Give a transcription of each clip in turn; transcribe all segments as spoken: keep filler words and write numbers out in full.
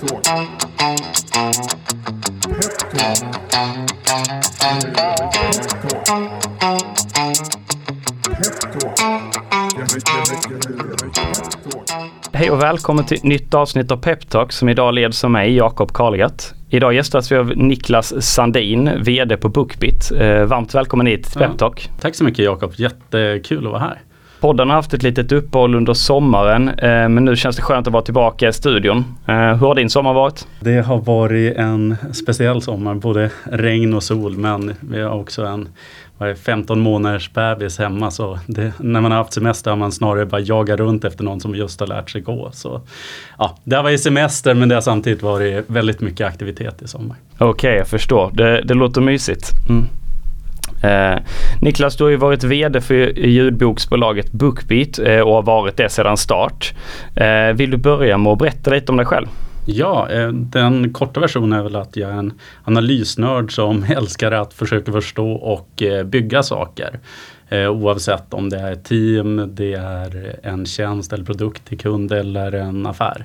Peptalk. Hej och välkommen till ett nytt avsnitt av Peptalk som idag leds av mig, Jakob Karlgart. Idag gästas vi av Niklas Sandin, vd på Bookbeat. Eh, varmt välkommen hit till Peptalk. Ja, tack så mycket Jakob, jättekul att vara här. Podden har haft ett litet uppehåll under sommaren, eh, men nu känns det skönt att vara tillbaka i studion. Eh, hur har din sommar varit? Det har varit en speciell sommar, både regn och sol, men vi har också en femton månaders bebis hemma, så det, när man har haft semester har man snarare bara jagat runt efter någon som just har lärt sig gå. Så ja, det har varit semester, men det har samtidigt varit väldigt mycket aktivitet i sommar. Okej, okay, jag förstår. Det, det låter mysigt. Mm. Eh, Niklas, du har ju varit vd för ljudboksbolaget Bookbeat eh, och har varit det sedan start. Eh, vill du börja med att berätta lite om dig själv? Ja, den korta versionen är väl att jag är en analysnörd som älskar att försöka förstå och bygga saker. Oavsett om det är ett team, det är en tjänst eller produkt till kund eller en affär.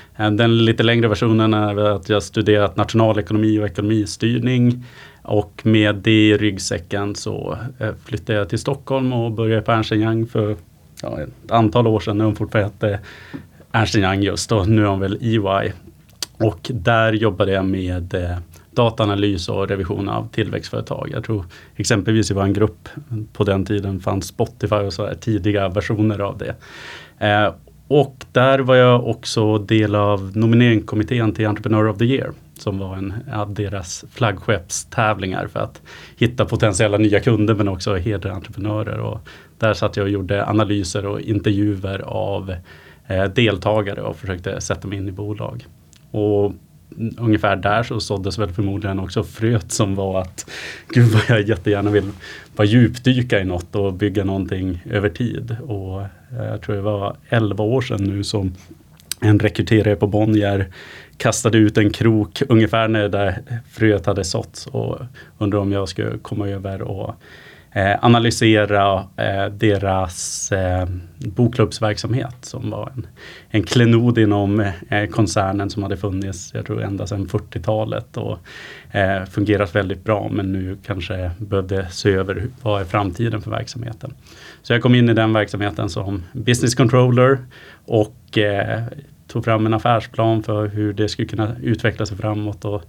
Den lite längre versionen är att jag studerat nationalekonomi och ekonomistyrning. Och med det i ryggsäcken så flyttade jag till Stockholm och började på Ernst and Young för ja, ett antal år sedan. När hon fortfarande hette Ernst and Young just, och nu är hon väl E Y. Och där jobbade jag med eh, dataanalys och revision av tillväxtföretag. Jag tror exempelvis i vår grupp på den tiden fanns Spotify och så här tidiga versioner av det. Eh, och där var jag också del av nomineringskommittén till Entrepreneur of the Year, som var en av deras flaggskeppstävlingar för att hitta potentiella nya kunder men också hedra entreprenörer. Och där satt jag och gjorde analyser och intervjuer av eh, deltagare och försökte sätta mig in i bolag. Och ungefär där så såddes väl förmodligen också fröet som var att gud vad jag jättegärna vill bara djupdyka i något och bygga någonting över tid. Och jag tror det var elva år sedan nu som en rekryterare på Bonnier kastade ut en krok ungefär när där fröet hade såtts och undrade om jag skulle komma över och Eh, analysera eh, deras eh, bokklubbsverksamhet som var en, en klenod inom eh, koncernen som hade funnits, jag tror ända sedan fyrtiotalet och eh, fungerat väldigt bra, men nu kanske behövde se över vad är framtiden för verksamheten. Så jag kom in i den verksamheten som business controller och eh, tog fram en affärsplan för hur det skulle kunna utveckla sig framåt, och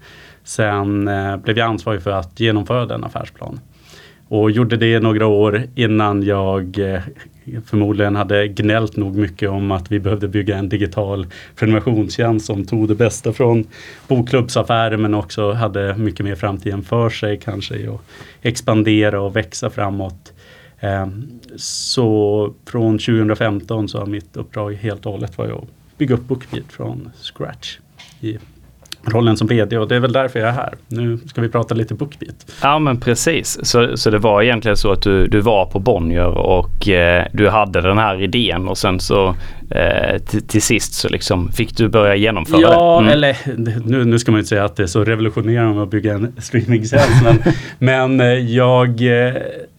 sen eh, blev jag ansvarig för att genomföra den affärsplanen. Och gjorde det några år innan jag eh, förmodligen hade gnällt nog mycket om att vi behövde bygga en digital prenumerationstjänst som tog det bästa från bokklubbsaffärer men också hade mycket mer framtiden för sig kanske i att expandera och växa framåt. Eh, så från tjugohundrafemton så har mitt uppdrag helt och hållet varit att bygga upp Bookbeat från scratch i rollen som vd, och det är väl därför jag är här. Nu ska vi prata lite Bookbeat. Ja, men precis. Så, så det var egentligen så att du, du var på Bonnier och eh, du hade den här idén och sen så eh, t- till sist så liksom fick du börja genomföra ja, det. Ja, mm. eller nu, nu ska man inte säga att det är så revolutionerande att bygga en streamingtjänst, men, men jag eh,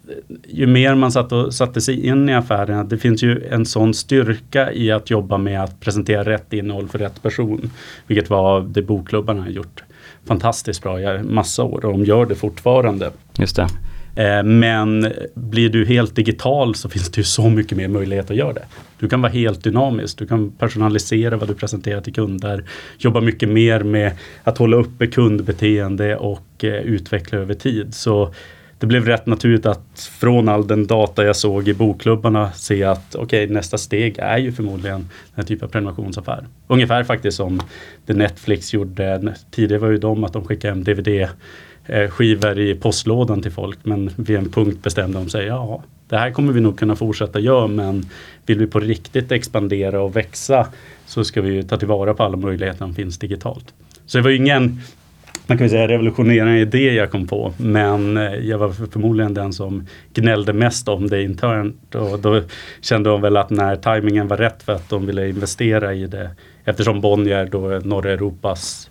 ju mer man satt och satte sig in i affären, det finns ju en sån styrka i att jobba med att presentera rätt innehåll för rätt person, vilket var det bokklubbarna har gjort fantastiskt bra i massa år, och de gör det fortfarande. Just det. Eh, men blir du helt digital så finns det ju så mycket mer möjlighet att göra det. Du kan vara helt dynamisk, du kan personalisera vad du presenterar till kunder, jobba mycket mer med att hålla uppe kundbeteende och eh, utveckla över tid. Så det blev rätt naturligt att från all den data jag såg i bokklubbarna se att okej, okay, nästa steg är ju förmodligen den här typen av prenumerationsaffär. Ungefär faktiskt som det Netflix gjorde. Tidigare var ju de att de skickade hem D V D-skivor i postlådan till folk, men vid en punkt bestämde de sig, ja, det här kommer vi nog kunna fortsätta göra, men vill vi på riktigt expandera och växa så ska vi ju ta tillvara på alla möjligheter som finns digitalt. Så det var ju ingen, man kan ju säga, revolutionerande idé jag kom på, men jag var förmodligen den som gnällde mest om det internt, och då kände de väl att när tajmingen var rätt för att de ville investera i det, eftersom Bonnier då är norra Europas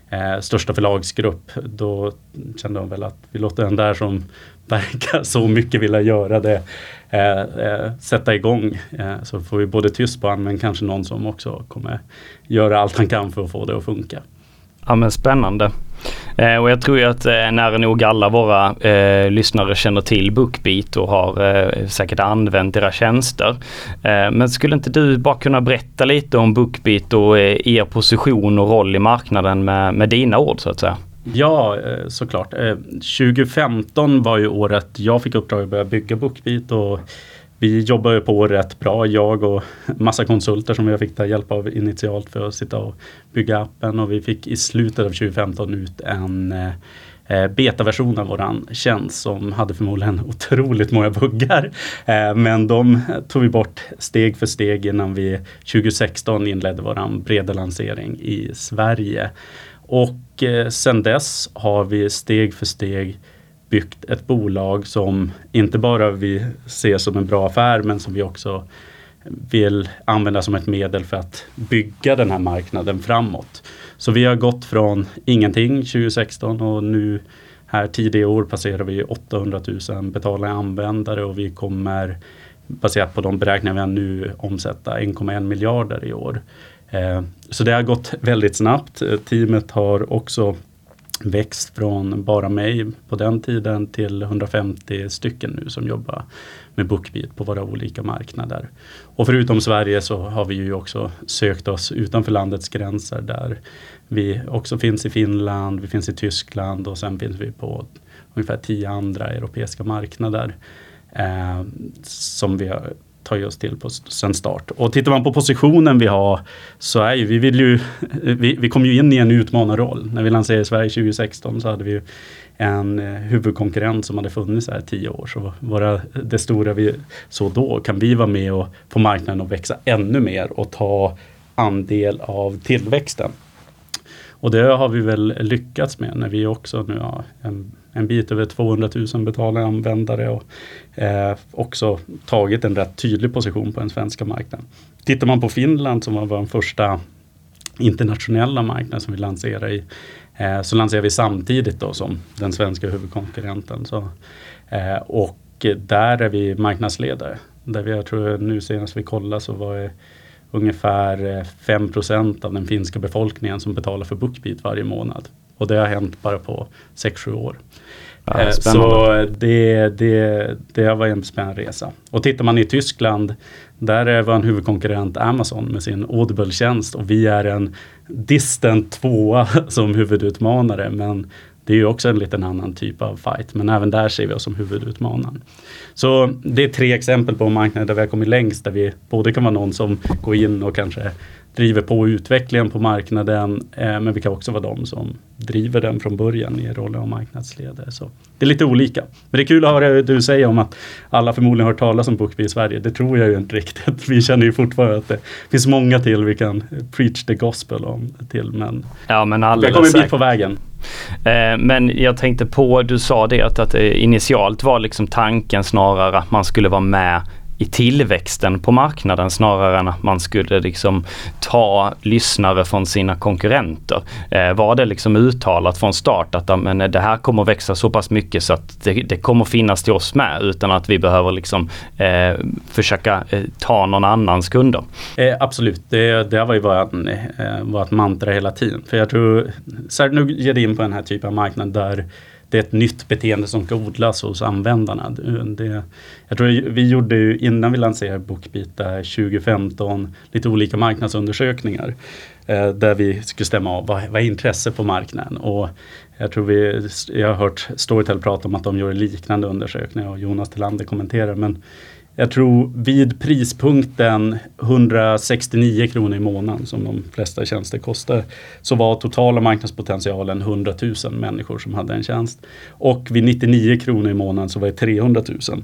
eh, största förlagsgrupp. Då kände de väl att vi låter den där som verkar så mycket vilja göra det eh, eh, sätta igång. Eh, så får vi både tyst på han, men kanske någon som också kommer göra allt han kan för att få det att funka. Ja, men spännande. Eh, och jag tror ju att eh, nära nog alla våra eh, lyssnare känner till BookBeat och har eh, säkert använt era tjänster. Eh, men skulle inte du bara kunna berätta lite om BookBeat och eh, er position och roll i marknaden med, med dina ord så att säga? Ja, eh, såklart. Eh, tjugo femton var ju året jag fick uppdrag att börja bygga BookBeat, och vi jobbade på rätt bra, jag och massa konsulter som jag fick ta hjälp av initialt för att sitta och bygga appen, och vi fick i slutet av tjugo femton ut en eh, betaversion av våran tjänst som hade förmodligen otroligt många buggar. Eh, men de tog vi bort steg för steg innan vi tjugo sexton inledde våran breda lansering i Sverige. Och eh, sen dess har vi steg för steg byggt ett bolag som inte bara vi ser som en bra affär, men som vi också vill använda som ett medel för att bygga den här marknaden framåt. Så vi har gått från ingenting tjugo sexton, och nu här tidigare år passerar vi åttahundratusen betalande användare, och vi kommer baserat på de beräkningar vi har nu omsätta en komma en miljarder i år. Eh, så det har gått väldigt snabbt. Teamet har också växt från bara mig på den tiden till hundrafemtio stycken nu som jobbar med BookBeat på våra olika marknader. Och förutom Sverige så har vi ju också sökt oss utanför landets gränser, där vi också finns i Finland, vi finns i Tyskland, och sen finns vi på ungefär tio andra europeiska marknader eh, som vi har tagit oss till på sen start. Och tittar man på positionen vi har, så är ju, vi vill ju, vi, vi kom ju in i en utmanarroll. När vi lanserade i Sverige tjugo sexton så hade vi ju en eh, huvudkonkurrent som hade funnits här tio år. Så våra, det stora vi så då, kan vi vara med och på marknaden och växa ännu mer och ta andel av tillväxten. Och det har vi väl lyckats med när vi också nu har en, en bit över tvåhundratusen betalande användare, och eh, också tagit en rätt tydlig position på den svenska marknaden. Tittar man på Finland, som var vår första internationella marknad som vi lanserade i, eh, så lanserar vi samtidigt då som den svenska huvudkonkurrenten. Så, eh, och där är vi marknadsledare. Där vi, jag tror nu senast vi kollade så var det ungefär fem procent av den finska befolkningen som betalar för BookBeat varje månad. Och det har hänt bara på sex sju år. Ja, så det, det, det har varit en spännande resa. Och tittar man i Tyskland, där är vår huvudkonkurrent Amazon med sin Audible-tjänst, och vi är en distant tvåa som huvudutmanare, men det är ju också en liten annan typ av fight. Men även där ser vi oss som huvudutmanaren. Så det är tre exempel på marknader där vi har kommit längst. Där vi både kan vara någon som går in och kanske driver på utvecklingen på marknaden. Eh, men vi kan också vara de som driver den från början i rollen av marknadsledare. Så det är lite olika. Men det är kul att höra det du säger om att alla förmodligen har hört talas om BookBeat i Sverige. Det tror jag ju inte riktigt. Vi känner ju fortfarande att det finns många till vi kan preach the gospel om till. Men, ja, men jag kommer en bit på vägen. Eh, men jag tänkte på, du sa det att, att eh, initialt var liksom tanken snarare att man skulle vara med i tillväxten på marknaden snarare än att man skulle liksom ta lyssnare från sina konkurrenter. Eh, var det liksom uttalat från start att men, det här kommer att växa så pass mycket så att det, det kommer finnas till oss med, utan att vi behöver liksom eh, försöka eh, ta någon annans kunder? Eh, absolut, det, det var ju vårt eh, mantra hela tiden. För jag tror, så nu ger det in på den här typen av marknad där det är ett nytt beteende som ska odlas hos användarna. Det, jag tror vi gjorde ju innan vi lanserade BookBeat där tjugo femton lite olika marknadsundersökningar eh, där vi skulle stämma av vad, vad är intresse på marknaden. Och jag tror vi, jag har hört Storytel prata om att de gör liknande undersökningar, och Jonas Tillander kommenterar, men jag tror vid prispunkten hundrasextionio kronor i månaden som de flesta tjänster kostar, så var totala marknadspotentialen hundratusen människor som hade en tjänst. Och vid nittionio kronor i månaden så var det trehundratusen.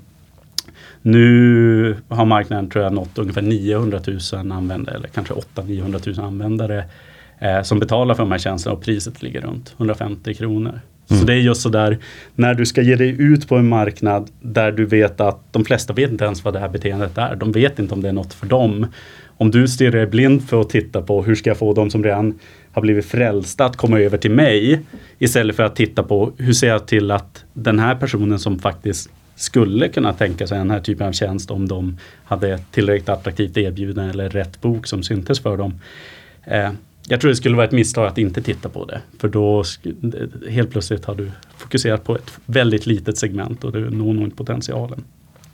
Nu har marknaden tror jag nått ungefär niohundratusen användare, eller kanske åtta till niohundratusen användare eh, som betalar för de här tjänsterna, och priset ligger runt hundrafemtio kronor. Mm. Så det är just så där, när du ska ge dig ut på en marknad där du vet att de flesta vet inte ens vad det här beteendet är. De vet inte om det är något för dem. Om du stirrar blind för att titta på hur ska jag få de som redan har blivit frälsta att komma över till mig istället för att titta på hur ser jag till att den här personen som faktiskt skulle kunna tänka sig den här typen av tjänst om de hade ett tillräckligt attraktivt erbjudande eller rätt bok som syntes för dem. Eh, jag tror det skulle vara ett misstag att inte titta på det. För då sk- helt plötsligt har du fokuserat på ett väldigt litet segment och du når nog inte potentialen.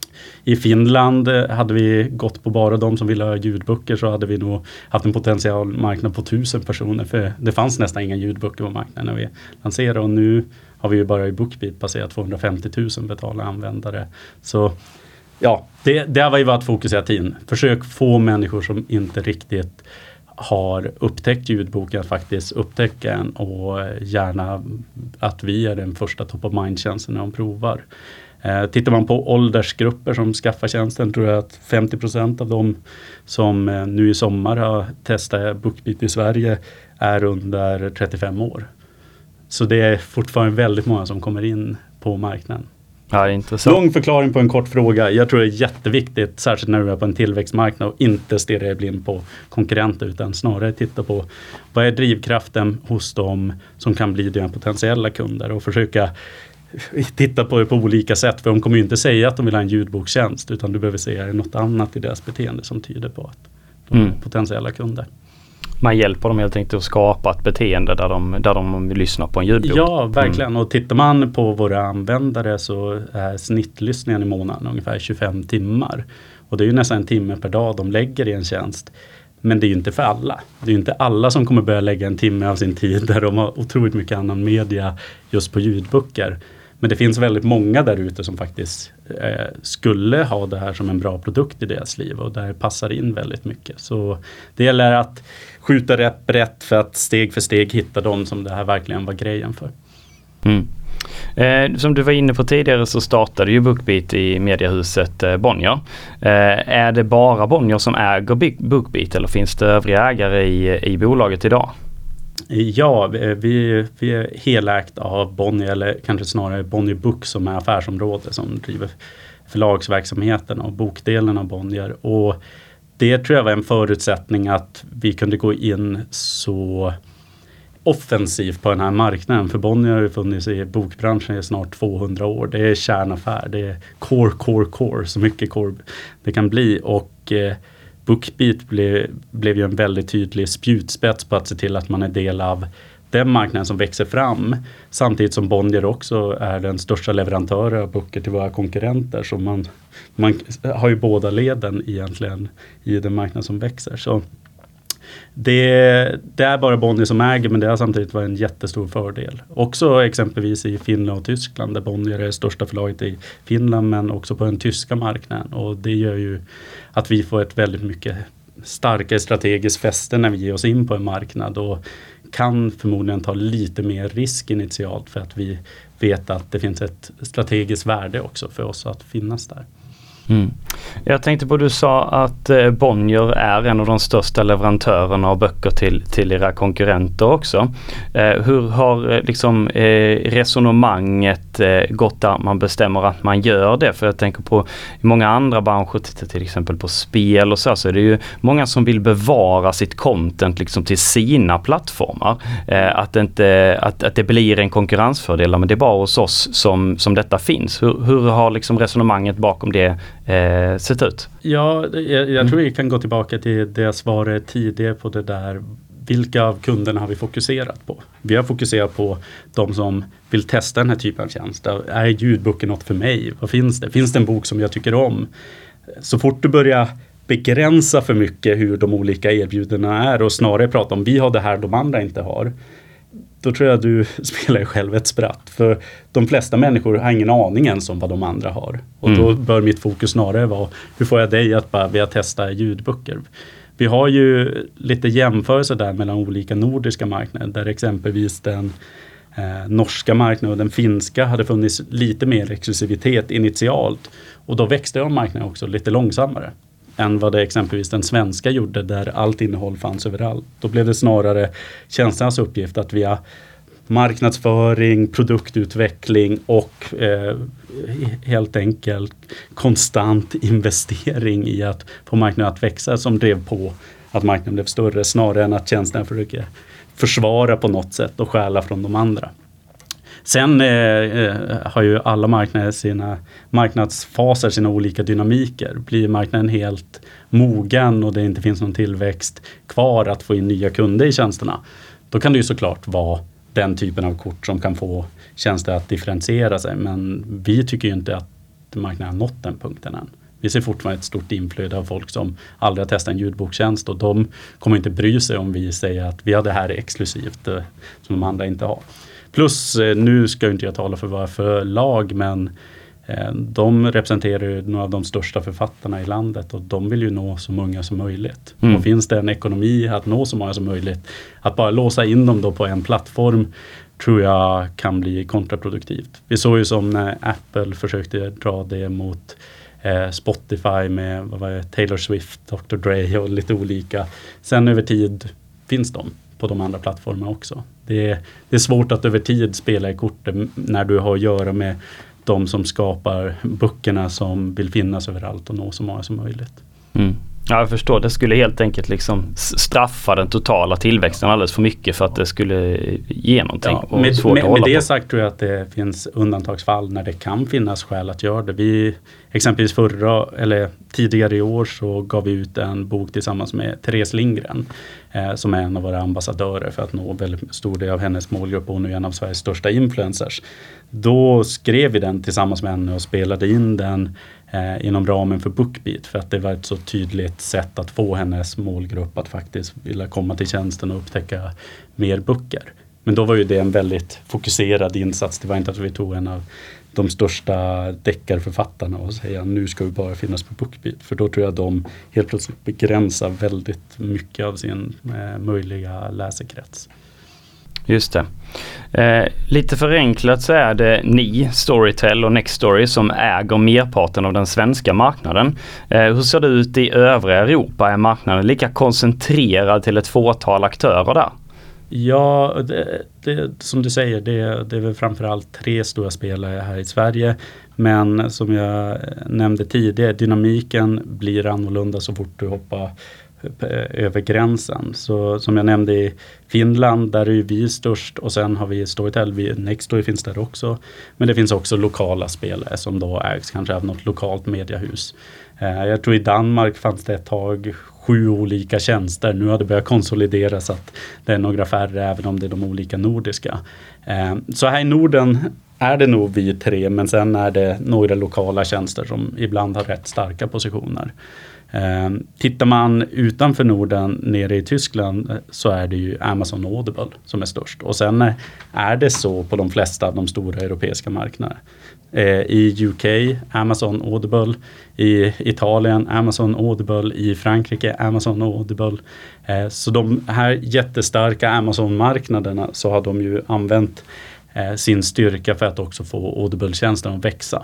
I Finland hade vi gått på bara de som ville ha ljudböcker så hade vi nog haft en potential marknad på tusen personer. För det fanns nästan inga ljudböcker på marknaden när vi lanserade och nu har vi ju bara i BookBeat passerat tvåhundrafemtio tusen betalande användare. Så ja, det, det var ju varit fokus hela tiden. Försök få människor som inte riktigt har upptäckt ljudboken att faktiskt upptäcka en och gärna att vi är den första top of mind-tjänsten när de provar. Eh, tittar man på åldersgrupper som skaffar tjänsten tror jag att femtio procent av dem som eh, nu i sommar har testat BookBeat i Sverige är under trettiofem år. Så det är fortfarande väldigt många som kommer in på marknaden. Ja, det är intressant. Lång förklaring på en kort fråga. Jag tror det är jätteviktigt, särskilt när du är på en tillväxtmarknad och inte stirra dig blind på konkurrenter utan snarare titta på vad är drivkraften hos dem som kan bli dina potentiella kunder och försöka titta på det på olika sätt. För de kommer ju inte säga att de vill ha en ljudbokstjänst utan du behöver säga något annat i deras beteende som tyder på att de är mm. potentiella kunder. Man hjälper dem helt enkelt att skapa ett beteende där de, där de lyssnar på en ljudbok. Ja, verkligen. Mm. Och tittar man på våra användare så är snittlyssningen i månaden ungefär tjugofem timmar. Och det är ju nästan en timme per dag de lägger i en tjänst. Men det är ju inte för alla. Det är ju inte alla som kommer börja lägga en timme av sin tid där de har otroligt mycket annan media just på ljudböcker. Men det finns väldigt många där ute som faktiskt eh, skulle ha det här som en bra produkt i deras liv och där det passar in väldigt mycket. Så det gäller att skjuta rätt brett för att steg för steg hitta dem som det här verkligen var grejen för. Mm. Eh, som du var inne på tidigare så startade ju BookBeat i mediehuset eh, Bonnier. Eh, är det bara Bonnier som äger BookBeat eller finns det övriga ägare i, i bolaget idag? Ja, vi, vi är helägt av Bonnier eller kanske snarare Bonnier Books som är affärsområde som driver förlagsverksamheten och bokdelen av Bonnier. Och det tror jag var en förutsättning att vi kunde gå in så offensivt på den här marknaden. För Bonnier har ju funnits i bokbranschen i snart tvåhundra år. Det är kärnaffär, det är core, core, core, så mycket core det kan bli. Och eh, BookBeat blev, blev ju en väldigt tydlig spjutspets på att se till att man är del av den marknaden som växer fram. Samtidigt som Bonnier också är den största leverantören av böcker till våra konkurrenter. Så man, man har ju båda leden egentligen i den marknaden som växer. Så det, det är bara Bonnier som äger men det har samtidigt varit en jättestor fördel. Också exempelvis i Finland och Tyskland där Bonnier är det största förlaget i Finland men också på den tyska marknaden. Och det gör ju att vi får ett väldigt mycket starkare strategiskt fäste när vi ger oss in på en marknad och kan förmodligen ta lite mer risk initialt för att vi vet att det finns ett strategiskt värde också för oss att finnas där. Mm. Jag tänkte på du sa att eh, Bonnier är en av de största leverantörerna av böcker till, till era konkurrenter också. Eh, hur har eh, liksom, eh, resonemanget eh, gått där man bestämmer att man gör det? För jag tänker på i många andra branscher, till, till exempel på spel och så, så är det ju många som vill bevara sitt content liksom till sina plattformar. Eh, att, inte, att, att det blir en konkurrensfördel, men det är bara hos oss som, som detta finns. Hur, hur har liksom resonemanget bakom det Eh, sett ut? Ja, jag, jag tror vi kan gå tillbaka till det jag svarade tidigare på det där. Vilka av kunderna har vi fokuserat på? Vi har fokuserat på de som vill testa den här typen av tjänst. Är ljudboken något för mig? Vad finns det? Finns det en bok som jag tycker om? Så fort du börjar begränsa för mycket hur de olika erbjudandena är och snarare prata om vi har det här de andra inte har. Då tror jag du spelar själv ett spratt. För de flesta människor har ingen aning ens om vad de andra har. Och mm. då bör mitt fokus snarare vara hur får jag dig att bara vilja testa ljudböcker. Vi har ju lite jämförelser där mellan olika nordiska marknader. Där exempelvis den eh, norska marknaden och den finska hade funnits lite mer exklusivitet initialt. Och då växte de marknaden också lite långsammare än vad det exempelvis den svenska gjorde där allt innehåll fanns överallt. Då blev det snarare tjänsternas uppgift att via marknadsföring, produktutveckling och eh, helt enkelt konstant investering i att få marknaden att växa som drev på att marknaden blev större snarare än att tjänsterna försöker försvara på något sätt och stjäla från de andra. Sen eh, har ju alla marknader sina marknadsfaser, sina olika dynamiker. Blir marknaden helt mogen och det inte finns någon tillväxt kvar att få in nya kunder i tjänsterna, då kan det ju såklart vara den typen av kort som kan få tjänster att differentiera sig. Men vi tycker ju inte att marknaden har nått den punkten än. Vi ser fortfarande ett stort inflöde av folk som aldrig har testat en ljudbokstjänst, och de kommer inte bry sig om vi säger att vi har det här exklusivt eh, som de andra inte har. Plus, eh, nu ska inte jag tala för våra förlag, men eh, de representerar ju några av de största författarna i landet, och de vill ju nå så många som möjligt. Mm. Och finns det en ekonomi att nå så många som möjligt, att bara låsa in dem då på en plattform tror jag kan bli kontraproduktivt. Vi såg ju som när Apple försökte dra det mot eh, Spotify med vad var det, Taylor Swift, doktor Dre och lite olika. Sen över tid finns de på de andra plattformarna också. Det är, det är svårt att över tid spela i korten när du har att göra med de som skapar böckerna som vill finnas överallt och nå så många som möjligt. Mm. Ja, jag förstår. Det skulle helt enkelt liksom straffa den totala tillväxten alldeles för mycket för att det skulle ge någonting. Ja, med svårt med, att hålla med det på. sagt tror jag att det finns undantagsfall när det kan finnas skäl att göra det. Vi, exempelvis förra, eller tidigare i år så gav vi ut en bok tillsammans med Therese Lindgren eh, som är en av våra ambassadörer för att nå väldigt stor del av hennes målgrupp, och hon är en av Sveriges största influencers. Då skrev vi den tillsammans med henne och spelade in den Eh, inom ramen för BookBeat, för att det var ett så tydligt sätt att få hennes målgrupp att faktiskt vilja komma till tjänsten och upptäcka mer böcker. Men då var ju det en väldigt fokuserad insats. Det var inte att vi tog en av de största deckarförfattarna och säga nu ska vi bara finnas på BookBeat, för då tror jag de helt plötsligt begränsar väldigt mycket av sin eh, möjliga läsekrets. Just det. Eh, lite förenklat så är det ni, Storytel och Nextory, som äger merparten av den svenska marknaden. Eh, hur ser det ut i övriga Europa? Är marknaden lika koncentrerad till ett fåtal aktörer där? Ja, det, det, som du säger, det, det är väl framförallt tre stora spelare här i Sverige. Men som jag nämnde tidigare, dynamiken blir annorlunda så fort du hoppar över gränsen. Så som jag nämnde i Finland, där är ju vi störst, och sen har vi Storytel, vi, Nextory finns där också. Men det finns också lokala spelare som då ägs kanske av något lokalt mediehus. Eh, jag tror i Danmark fanns det ett tag sju olika tjänster. Nu har det börjat konsolideras så att det är några färre, även om det är de olika nordiska. Eh, så här i Norden är det nog vi tre, men sen är det några lokala tjänster som ibland har rätt starka positioner. Eh, tittar man utanför Norden, nere i Tyskland, så är det ju Amazon och Audible som är störst. Och sen är, är det så på de flesta av de stora europeiska marknaderna. Eh, I U K, Amazon Audible. I Italien, Amazon Audible. I Frankrike, Amazon Audible. Eh, så de här jättestarka Amazon-marknaderna, så har de ju använt eh, sin styrka för att också få Audible-tjänsten att växa.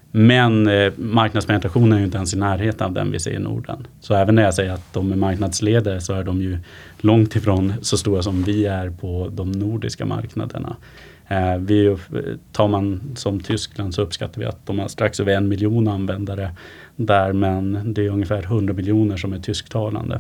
Men eh, marknadspenetrationen är ju inte ens i närheten av den vi ser i Norden. Så även när jag säger att de är marknadsledare, så är de ju långt ifrån så stora som vi är på de nordiska marknaderna. Eh, vi, tar man som Tyskland, så uppskattar vi att de har strax över en miljon användare där, men det är ungefär hundra miljoner som är tysktalande.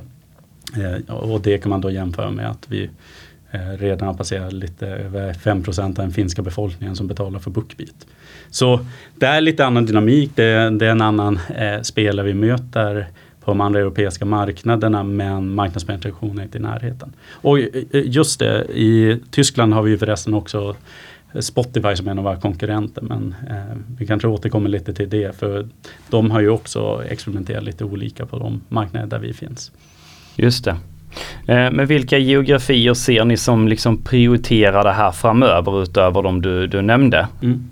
Eh, och det kan man då jämföra med att vi eh, redan har passerat lite över fem procent av den finska befolkningen som betalar för BookBeat. Så det är lite annan dynamik, det är, det är en annan eh, spelare vi möter på de andra europeiska marknaderna, men marknadspenetrationen är inte i närheten. Och just det, i Tyskland har vi ju förresten också Spotify som är en av våra konkurrenter, men eh, vi kanske återkommer lite till det, för de har ju också experimenterat lite olika på de marknader där vi finns. Just det. Eh, men vilka geografier ser ni som liksom prioriterade här framöver utöver de du, du nämnde? Mm.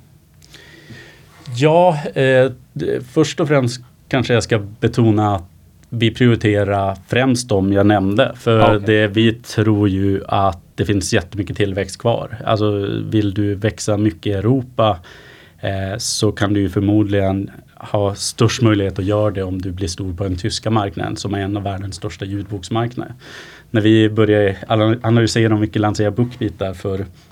Ja, eh, först och främst kanske jag ska betona att vi prioriterar främst de jag nämnde. För okay. det, vi tror ju att det finns jättemycket tillväxt kvar. Alltså vill du växa mycket i Europa eh, så kan du ju förmodligen ha störst möjlighet att göra det om du blir stor på den tyska marknaden, som är en av världens största ljudboksmarknader. När vi började analysera om vi lanserade BookBeat där för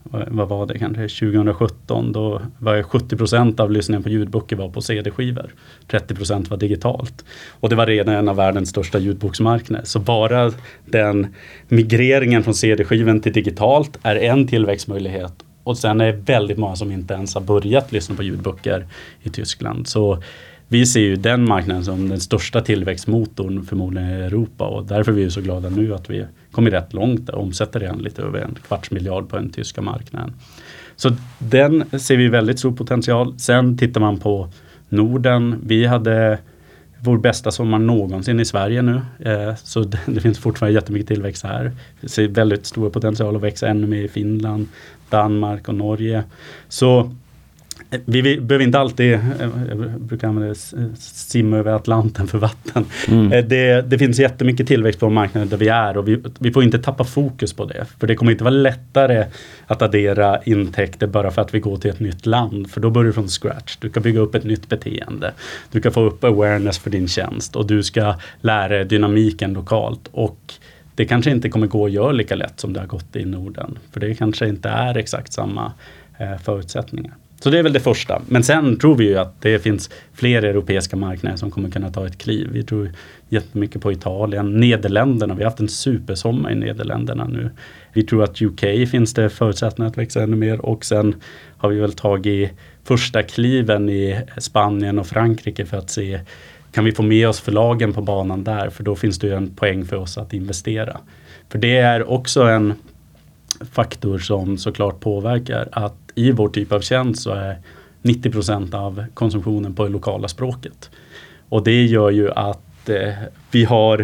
vad var det kanske tjugohundrasjutton, då var sjuttio procent av lyssningen på ljudböcker var på C D-skivor. trettio procent var digitalt. Och det var redan en av världens största ljudboksmarknader. Så bara den migreringen från C D-skiven till digitalt är en tillväxtmöjlighet. Och sen är det väldigt många som inte ens har börjat lyssna på ljudböcker i Tyskland. Så vi ser ju den marknaden som den största tillväxtmotorn förmodligen i Europa, och därför är vi så glada nu att vi kommer rätt långt och omsätter redan lite över en kvarts miljard på den tyska marknaden. Så den ser vi väldigt stor potential. Sen tittar man på Norden. Vi hade vår bästa sommar någonsin i Sverige nu. Eh, så det, det finns fortfarande jättemycket tillväxt här. Vi ser väldigt stor potential att växa ännu mer i Finland, Danmark och Norge. Så vi, vi behöver inte alltid, jag brukar använda simma över Atlanten för vatten. Mm. Det, det finns jättemycket tillväxt på marknaden där vi är, och vi, vi får inte tappa fokus på det. För det kommer inte vara lättare att addera intäkter bara för att vi går till ett nytt land. För då börjar du från scratch. Du kan bygga upp ett nytt beteende. Du kan få upp awareness för din tjänst, och du ska lära dig dynamiken lokalt. Och det kanske inte kommer gå att göra lika lätt som det har gått i Norden. För det kanske inte är exakt samma eh, förutsättningar. Så det är väl det första. Men sen tror vi ju att det finns fler europeiska marknader som kommer kunna ta ett kliv. Vi tror jättemycket på Italien, Nederländerna. Vi har haft en supersommar i Nederländerna nu. Vi tror att U K finns det förutsättningar att växa ännu mer. Och sen har vi väl tagit första kliven i Spanien och Frankrike för att se, kan vi få med oss förlagen på banan där? För då finns det ju en poäng för oss att investera. För det är också en faktor som såklart påverkar att i vår typ av tjänst så är nittio procent av konsumtionen på det lokala språket. Och det gör ju att eh, vi har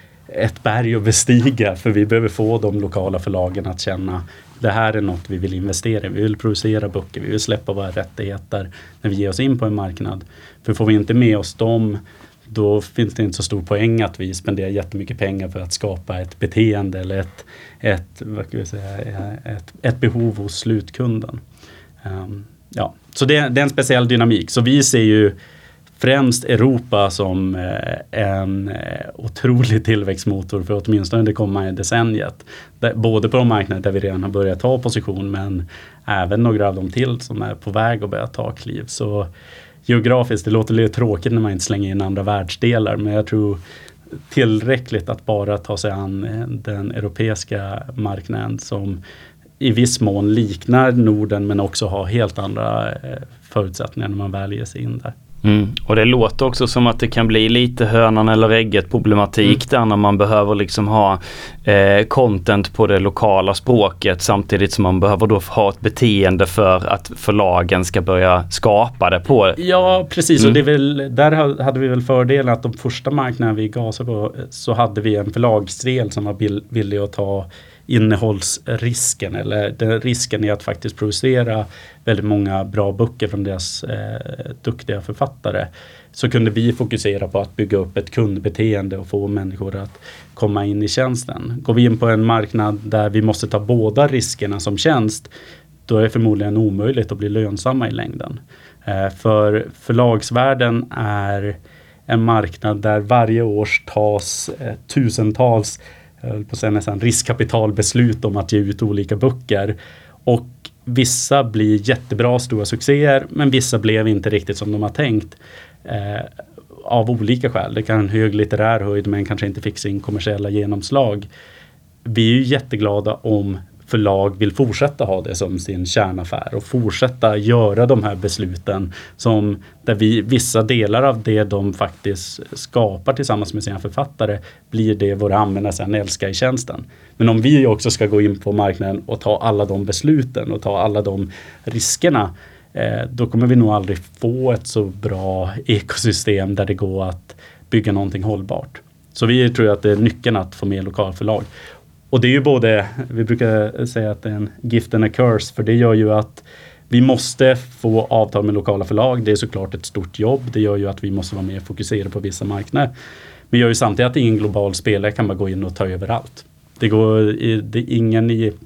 ett berg att bestiga, för vi behöver få de lokala förlagen att känna det här är något vi vill investera i. Vi vill producera böcker, vi vill släppa våra rättigheter när vi ger oss in på en marknad. För får vi inte med oss dem, då finns det inte så stor poäng att vi spenderar jättemycket pengar för att skapa ett beteende eller ett, ett, vad ska vi säga, ett, ett behov hos slutkunden. Um, ja. Så det, det är en speciell dynamik. Så vi ser ju främst Europa som eh, en eh, otrolig tillväxtmotor för åtminstone det kommande decenniet. Där, både på de marknader där vi redan har börjat ta position, men även några av dem till som är på väg att börja ta kliv. Så geografiskt, det låter lite tråkigt när man inte slänger in andra världsdelar, men jag tror tillräckligt att bara ta sig an den europeiska marknaden som i viss mån liknar Norden, men också har helt andra förutsättningar när man väl ger sig in där. Mm. Och det låter också som att det kan bli lite hönan eller ägget problematik mm. där när man behöver liksom ha eh, content på det lokala språket samtidigt som man behöver då ha ett beteende för att förlagen ska börja skapa det på. Ja, precis. Mm. Och det är väl, där hade vi väl fördelen att de första marknaderna vi gasade på så hade vi en förlagsdel som var villig att ta innehållsrisken, eller den risken är att faktiskt producera väldigt många bra böcker från deras eh, duktiga författare. Så kunde vi fokusera på att bygga upp ett kundbeteende och få människor att komma in i tjänsten. Går vi in på en marknad där vi måste ta båda riskerna som tjänst, då är det förmodligen omöjligt att bli lönsamma i längden. Eh, för förlagsvärlden är en marknad där varje år tas eh, tusentals på säga nästan riskkapitalbeslut om att ge ut olika böcker, och vissa blir jättebra stora succéer, men vissa blev inte riktigt som de har tänkt eh, av olika skäl. Det kan ha en hög litterär höjd men kanske inte fick sin kommersiella genomslag. Vi är ju jätteglada om förlag vill fortsätta ha det som sin kärnaffär och fortsätta göra de här besluten som där vi, vissa delar av det de faktiskt skapar tillsammans med sina författare blir det våra användare sen älskar i tjänsten. Men om vi också ska gå in på marknaden och ta alla de besluten och ta alla de riskerna, eh, då kommer vi nog aldrig få ett så bra ekosystem där det går att bygga någonting hållbart. Så vi tror att det är nyckeln att få med lokalförlag. Och det är ju både, vi brukar säga att det är en gift and a curse, för det gör ju att vi måste få avtal med lokala förlag. Det är såklart ett stort jobb. Det gör ju att vi måste vara mer fokuserade på vissa marknader. Men gör ju samtidigt att ingen global spelare kan bara gå in och ta över allt. Det går, det är ingen i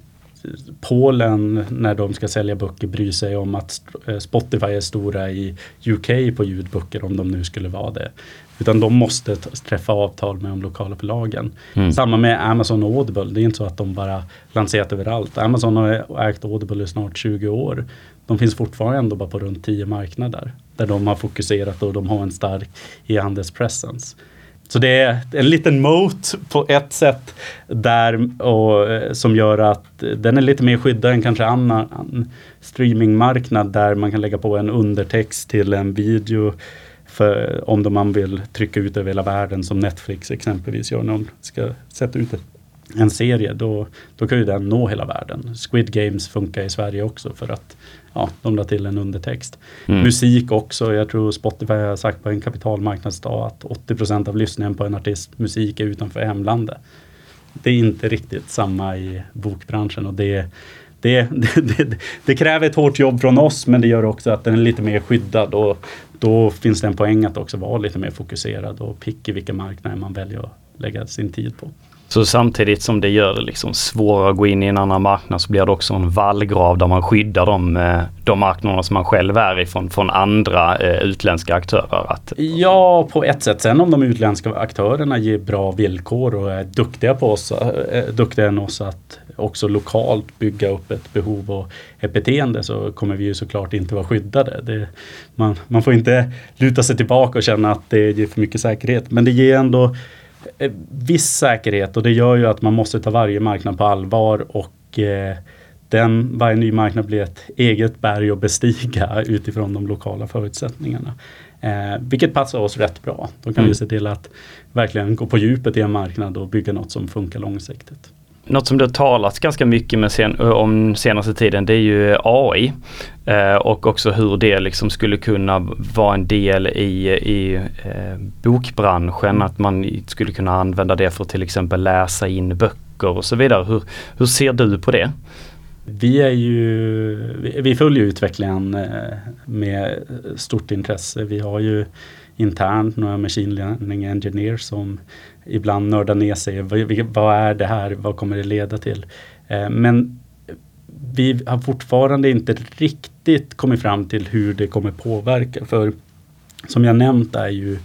Polen när de ska sälja böcker bryr sig om att Spotify är stora i U K på ljudböcker om de nu skulle vara det. Utan de måste träffa avtal med de lokala förlagen. Mm. Samma med Amazon och Audible. Det är inte så att de bara lanserat överallt. Amazon har ägt Audible i snart tjugo år. De finns fortfarande ändå bara på runt tio marknader. Där de har fokuserat och de har en stark e-handelspresence. Så det är en liten moat på ett sätt där och, som gör att den är lite mer skyddad än kanske annan streamingmarknad där man kan lägga på en undertext till en video för, om man vill trycka ut över hela världen som Netflix exempelvis gör när de ska sätta ut en serie. Då, då kan ju den nå hela världen. Squid Games funkar i Sverige också för att ja, de drar till en undertext. Mm. Musik också. Jag tror Spotify har sagt på en kapitalmarknadsdag att åttio procent av lyssningen på en artist musik är utanför hemlandet. Det är inte riktigt samma i bokbranschen och det, det, det, det, det kräver ett hårt jobb från oss men det gör också att den är lite mer skyddad och då finns det en poäng att också vara lite mer fokuserad och picka vilka marknader man väljer att lägga sin tid på. Så samtidigt som det gör det liksom svårare att gå in i en annan marknad så blir det också en vallgrav där man skyddar de, de marknaderna som man själv är ifrån från andra eh, utländska aktörer. Att, ja, på ett sätt. Sen om de utländska aktörerna ger bra villkor och är duktiga på oss, är duktiga än oss att också lokalt bygga upp ett behov och ett beteende så kommer vi ju såklart inte vara skyddade. Det, man, man får inte luta sig tillbaka och känna att det ger för mycket säkerhet. Men det ger ändå viss säkerhet och det gör ju att man måste ta varje marknad på allvar och eh, den, varje ny marknad blir ett eget berg att bestiga utifrån de lokala förutsättningarna. Eh, vilket passar oss rätt bra. Då kan mm. vi se till att verkligen gå på djupet i en marknad och bygga något som funkar långsiktigt. Något som det har talats ganska mycket med sen, om senaste tiden det är ju A I eh, och också hur det liksom skulle kunna vara en del i, i eh, bokbranschen, att man skulle kunna använda det för att till exempel läsa in böcker och så vidare. Hur, hur ser du på det? Vi är ju, vi följer utvecklingen med stort intresse. Vi har ju internt några machine learning engineers som ibland nördar ner sig. Vad är det här? Vad kommer det leda till? Men vi har fortfarande inte riktigt kommit fram till hur det kommer påverka. För som jag nämnt är ju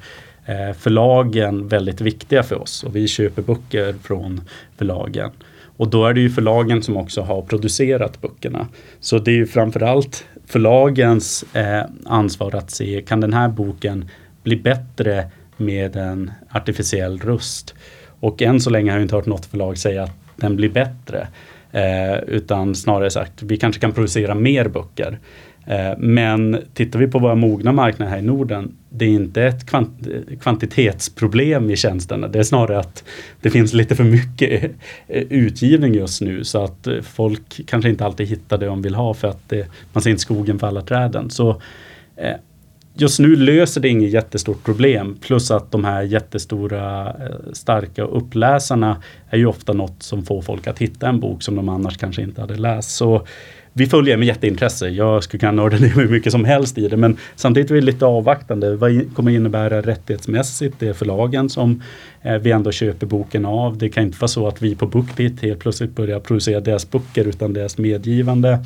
förlagen väldigt viktiga för oss. Och vi köper böcker från förlagen. Och då är det ju förlagen som också har producerat böckerna. Så det är ju framförallt förlagens eh, ansvar att se, kan den här boken bli bättre med en artificiell röst? Och än så länge har jag inte hört något förlag säga att den blir bättre. Eh, utan snarare sagt, vi kanske kan producera mer böcker. Eh, men tittar vi på våra mogna marknader här i Norden, det är inte ett kvant- kvantitetsproblem i tjänsterna. Det är snarare att det finns lite för mycket utgivning just nu så att folk kanske inte alltid hittar det de vill ha för att det, man ser inte skogen för alla träden. Så eh, just nu löser det inget jättestort problem. Plus att de här jättestora eh, starka uppläsarna är ju ofta något som får folk att hitta en bok som de annars kanske inte hade läst. Så vi följer med jätteintresse. Jag skulle kunna nörda ner hur mycket som helst i det. Men samtidigt är vi lite avvaktande. Vad kommer innebära rättighetsmässigt? Det är förlagen som eh, vi ändå köper boken av. Det kan inte vara så att vi på BookBeat helt plötsligt börjar producera deras böcker utan deras medgivande.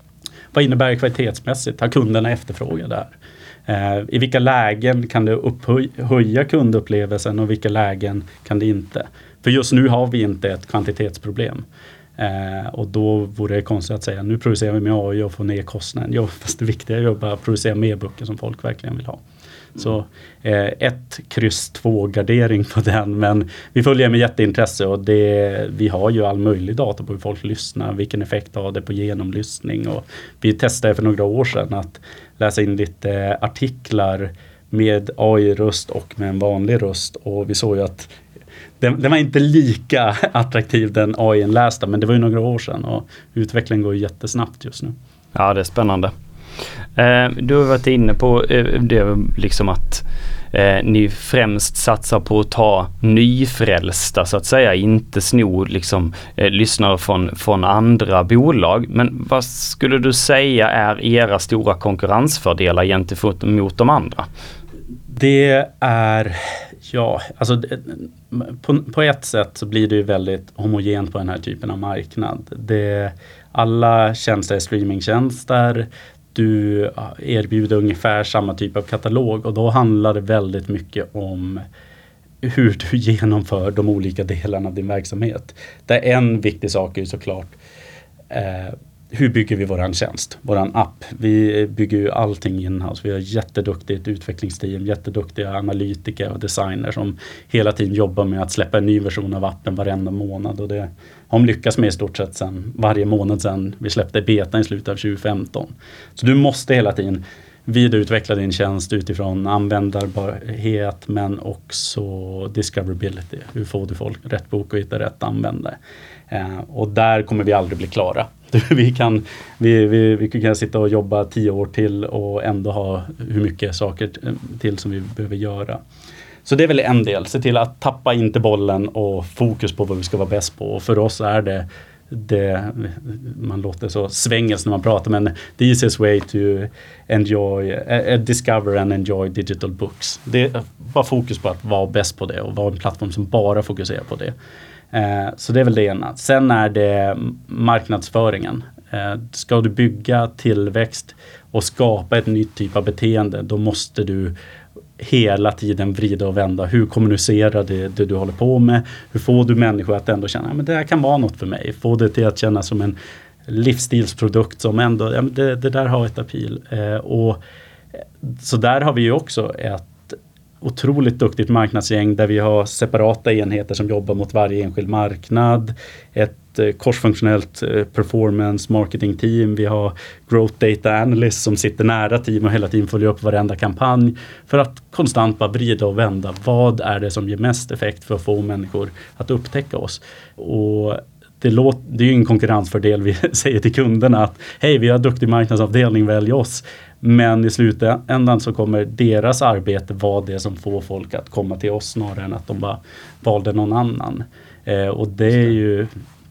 Vad innebär det kvalitetsmässigt? Har kunderna efterfrågat där? Eh, I vilka lägen kan det upphöja kundupplevelsen och vilka lägen kan det inte? För just nu har vi inte ett kvantitetsproblem. Eh, och då vore det konstigt att säga nu producerar vi med A I och får ner kostnaden. Jo, fast det viktiga är ju bara att producera mer böcker som folk verkligen vill ha. Så eh, ett kryss två gardering på den, men vi följer med jätteintresse och det, vi har ju all möjlig data på hur folk lyssnar, vilken effekt har det på genomlyssning och vi testade för några år sedan att läsa in lite artiklar med A I-röst och med en vanlig röst och vi såg ju att Den, den var inte lika attraktiv den A I-lästa, men det var ju några år sedan och utvecklingen går ju jättesnabbt just nu. Ja, det är spännande. Eh, du har varit inne på eh, det liksom att eh, ni främst satsar på att ta nyfrälsta så att säga, inte sno liksom eh, lyssnare från, från andra bolag. Men vad skulle du säga är era stora konkurrensfördelar gentemot mot de andra? Det är Ja, alltså på, på ett sätt så blir det ju väldigt homogent på den här typen av marknad. Det, alla tjänster är streamingtjänster. Du erbjuder ungefär samma typ av katalog och då handlar det väldigt mycket om hur du genomför de olika delarna av din verksamhet. Det är en viktig sak är ju såklart eh, hur bygger vi våran tjänst, våran app. Vi bygger ju allting in-house. Vi har jätteduktigt utvecklingsteam, jätteduktiga analytiker och designer som hela tiden jobbar med att släppa en ny version av appen varenda månad. Och det har de lyckats med i stort sett sen, varje månad sedan vi släppte beta i slutet av tjugo femton. Så du måste hela tiden vidareutveckla din tjänst utifrån användbarhet men också discoverability. Hur får du folk rätt bok och hitta rätt användare? Eh, och där kommer vi aldrig bli klara. Vi kan, vi, vi, vi kan sitta och jobba tio år till och ändå ha hur mycket saker till som vi behöver göra. Så det är väl en del. Se till att tappa inte bollen och fokus på vad vi ska vara bäst på. Och för oss är det, det man låter så svängels när man pratar, men the easiest way to enjoy, uh, discover and enjoy digital books. Det är bara fokus på att vara bäst på det och vara en plattform som bara fokuserar på det. Uh, så det är väl det ena. Sen är det marknadsföringen. Uh, ska du bygga tillväxt och skapa ett nytt typ av beteende, då måste du hela tiden vrida och vända. Hur kommunicerar det, det du håller på med? Hur får du människor att ändå känna att det här kan vara något för mig? Få det till att kännas som en livsstilsprodukt som ändå, ja, det, det där har ett appeal. Eh, och, så där har vi ju också ett otroligt duktigt marknadsgäng där vi har separata enheter som jobbar mot varje enskild marknad. Ett eh, korsfunktionellt eh, performance marketing team. Vi har growth data analyst som sitter nära team och hela tiden följer upp varenda kampanj för att konstant bara vrida och vända. Vad är det som ger mest effekt för att få människor att upptäcka oss? Och det, låter, det är ju en konkurrensfördel vi säger till kunderna att hej, vi har duktig marknadsavdelning, välj oss. Men i slutändan så kommer deras arbete vara det som får folk att komma till oss snarare än att de bara valde någon annan. Eh, och det är ju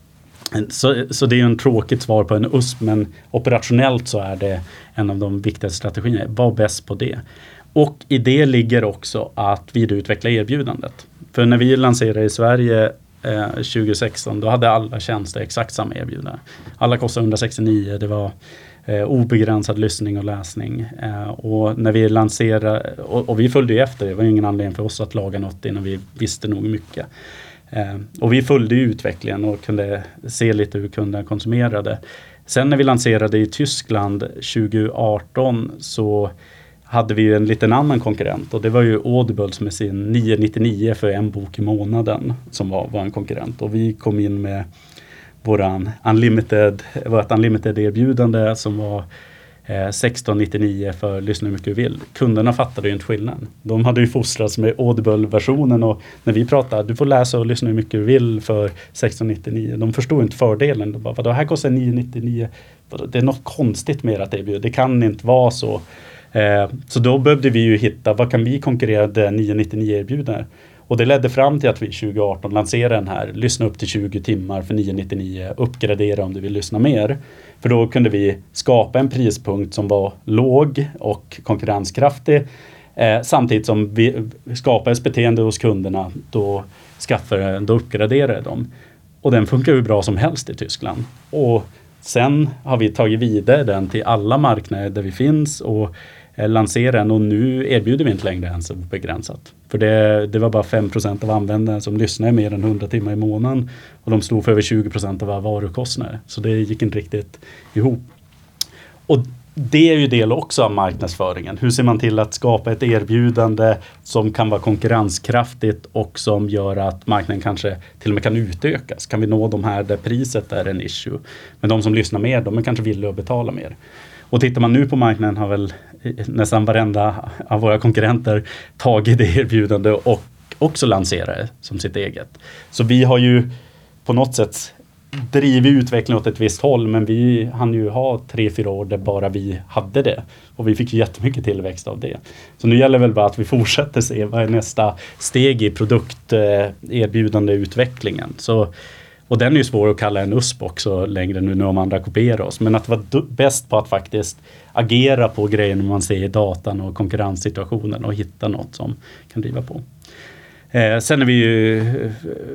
så, så det är ju en tråkigt svar på en U S P, men operationellt så är det en av de viktigaste strategierna. Var bäst på det. Och i det ligger också att vidareutveckla erbjudandet. För när vi lanserade i Sverige eh, tjugo sexton, då hade alla tjänster exakt samma erbjudande. Alla kostade hundrasextionio, det var Eh, obegränsad lyssning och läsning. Eh, och när vi lanserade, och, och vi följde ju efter, det var ju ingen anledning för oss att laga något innan vi visste nog mycket. Eh, och vi följde ju utvecklingen och kunde se lite hur kunderna konsumerade. Sen när vi lanserade i Tyskland tjugo arton så hade vi ju en liten annan konkurrent och det var ju Audible med sin nio nittionio för en bok i månaden som var, var en konkurrent. Och vi kom in med våran unlimited, vårt unlimited erbjudande som var eh, sexton nittionio för lyssna hur mycket du vill. Kunderna fattade ju inte skillnaden. De hade ju fostrats med Audible-versionen och när vi pratade, du får läsa och lyssna hur mycket du vill för sexton nittionio. De förstod inte fördelen. De bara, vadå, här kostar nio nittionio. Det är något konstigt med att erbjuda. Det kan inte vara så. Eh, så då behövde vi ju hitta, vad kan vi konkurrera det nio nittionio erbjuder? Och det ledde fram till att vi tjugo arton lanserade den här. Lyssna upp till tjugo timmar för nio nittionio. Uppgradera om du vill lyssna mer. För då kunde vi skapa en prispunkt som var låg och konkurrenskraftig. Eh, samtidigt som vi skapade ett beteende hos kunderna. Då, skaffade, då uppgraderade de. Och den funkar ju bra som helst i Tyskland. Och sen har vi tagit vidare den till alla marknader där vi finns. Och lansera den och nu erbjuder vi inte längre ens obegränsat. För det, det var bara fem procent av användarna som lyssnade mer än hundra timmar i månaden och de stod för över tjugo procent av våra varukostnader. Så det gick inte riktigt ihop. Och det är ju del också av marknadsföringen. Hur ser man till att skapa ett erbjudande som kan vara konkurrenskraftigt och som gör att marknaden kanske till och med kan utökas? Kan vi nå de här där priset är en issue? Men de som lyssnar mer, de är kanske villiga att betala mer. Och tittar man nu på marknaden har väl nästan varenda av våra konkurrenter tagit det erbjudande och också lanserat det som sitt eget. Så vi har ju på något sätt drivit utvecklingen åt ett visst håll, men vi hann ju ha tre, fyra år där bara vi hade det. Och vi fick ju jättemycket tillväxt av det. Så nu gäller väl bara att vi fortsätter se vad är nästa steg i produkterbjudande utvecklingen. Så och den är ju svår att kalla en U S P också längre nu när de andra kopierar oss. Men att vara d- bäst på att faktiskt agera på grejer man ser i datan och konkurrenssituationen och hitta något som kan driva på. Eh, sen är vi ju eh,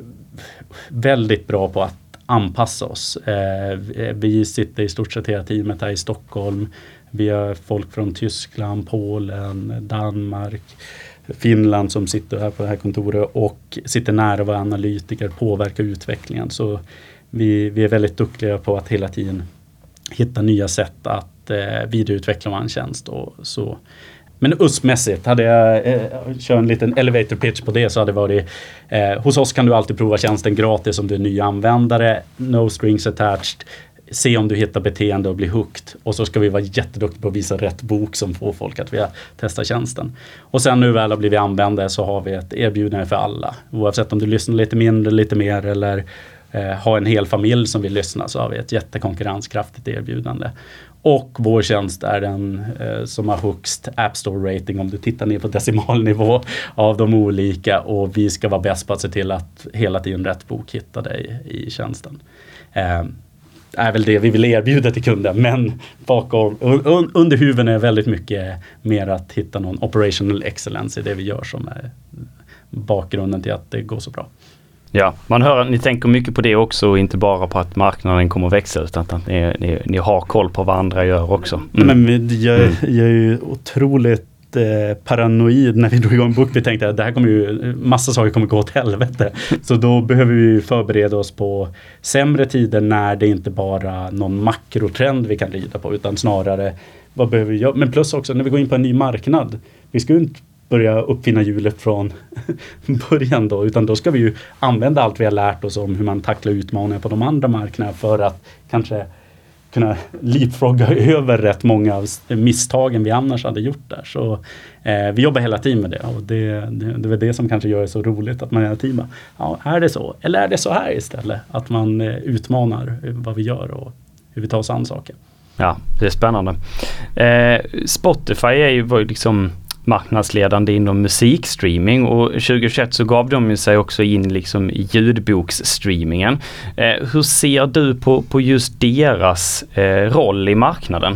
väldigt bra på att anpassa oss. Eh, vi sitter i stort sett hela teamet här i Stockholm. Vi har folk från Tyskland, Polen, Danmark, Finland som sitter här på det här kontoret och sitter nära våra analytiker, påverkar utvecklingen. Så vi, vi är väldigt duktiga på att hela tiden hitta nya sätt att eh, vidareutveckla vår tjänst. Och så. Men U S P-mässigt, hade jag eh, kört en liten elevator pitch på det så hade det varit eh, hos oss kan du alltid prova tjänsten gratis om du är ny användare, no strings attached. Se om du hittar beteende och blir hooked. Och så ska vi vara jätteduktiga på att visa rätt bok som får folk att vilja testa tjänsten. Och sen nu väl har blivit användare så har vi ett erbjudande för alla. Oavsett om du lyssnar lite mindre, lite mer eller eh, har en hel familj som vill lyssna så har vi ett jättekonkurrenskraftigt erbjudande. Och vår tjänst är den eh, som har högst App Store rating om du tittar ner på decimalnivå av de olika. Och vi ska vara bäst på att se till att hela tiden rätt bok hittar dig i tjänsten. Eh, är väl det vi vill erbjuda till kunden, men bakom, un, under huven är väldigt mycket mer att hitta någon operational excellence i det vi gör som är bakgrunden till att det går så bra. Ja, man hör att ni tänker mycket på det också och inte bara på att marknaden kommer att växa utan att ni, ni, ni har koll på vad andra gör också. Mm. Men jag, jag är ju otroligt eh, paranoid när vi drog igång Book. Vi tänkte att det här kommer ju, massa saker kommer gå åt helvete. Så då behöver vi förbereda oss på sämre tider när det inte bara någon makrotrend vi kan rida på utan snarare vad behöver vi göra. Men plus också när vi går in på en ny marknad. Vi ska ju inte börja uppfinna hjulet från början då, utan då ska vi ju använda allt vi har lärt oss om hur man tacklar utmaningar på de andra marknaderna för att kanske kunna leapfrogga över rätt många av misstagen vi annars hade gjort där. Så eh, vi jobbar hela tiden med det och det, det, det är det som kanske gör det så roligt att man hela tiden bara, ja, är det så? Eller är det så här istället? Att man eh, utmanar vad vi gör och hur vi tar oss an saker. Ja, det är spännande. Eh, Spotify är ju liksom marknadsledande inom musikstreaming och tjugohundratjugoett så gav de ju sig också in liksom i ljudboksstreamingen. Eh, hur ser du på, på just deras eh, roll i marknaden?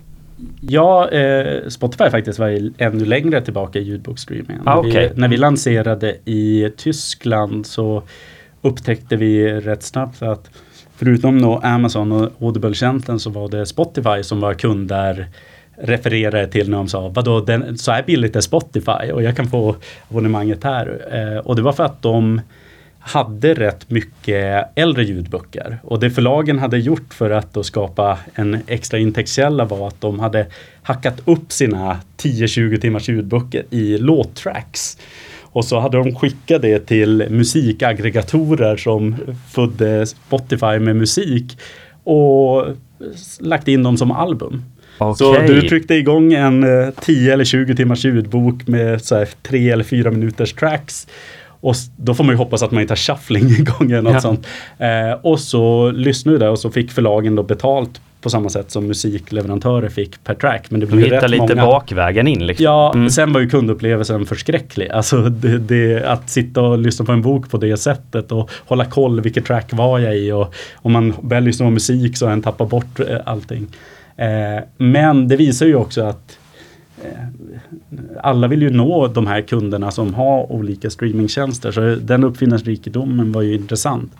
Ja, eh, Spotify faktiskt var ännu längre tillbaka i ljudboksstreamingen. Ah, när, okay. vi, när vi lanserade i Tyskland så upptäckte vi rätt snabbt att förutom då Amazon och Audible-tjänsten så var det Spotify som var kunder refererade till när de sa, vadå, den, så här billigt är Spotify och jag kan få abonnemanget här. Eh, och det var för att de hade rätt mycket äldre ljudböcker. Och det förlagen hade gjort för att då skapa en extra intäktskälla var att de hade hackat upp sina tio till tjugo timmars ljudböcker i låttracks. Och så hade de skickat det till musikaggregatorer som födde Spotify med musik och lagt in dem som album. Okay. Så du tryckte igång en eh, tio eller tjugo timmars ljudbok med så här, tre eller fyra minuters tracks. Och då får man ju hoppas att man inte har shuffling igång eller något ja. sånt. Eh, och så lyssnade du där och så fick förlagen då betalt på samma sätt som musikleverantörer fick per track. Men det blev rätt lite många. bakvägen in liksom. Ja, mm. sen var ju kundupplevelsen förskräcklig. Alltså det, det, att sitta och lyssna på en bok på det sättet och hålla koll vilket track var jag i. Och om man börjar lyssna på musik så har en tappat bort eh, allting. Eh, men det visar ju också att eh, alla vill ju nå de här kunderna som har olika streamingtjänster. Så den uppfinnarsrikedomen var ju intressant.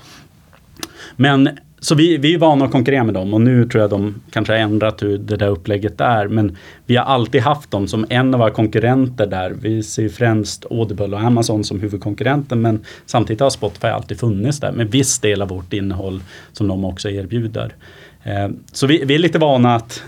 Men så vi, vi är vana att konkurrera med dem och nu tror jag de kanske har ändrat hur det där upplägget är. Men vi har alltid haft dem som en av våra konkurrenter där. Vi ser främst Audible och Amazon som huvudkonkurrenter men samtidigt har Spotify alltid funnits där med viss del av vårt innehåll som de också erbjuder. Eh, så vi, vi är lite vana att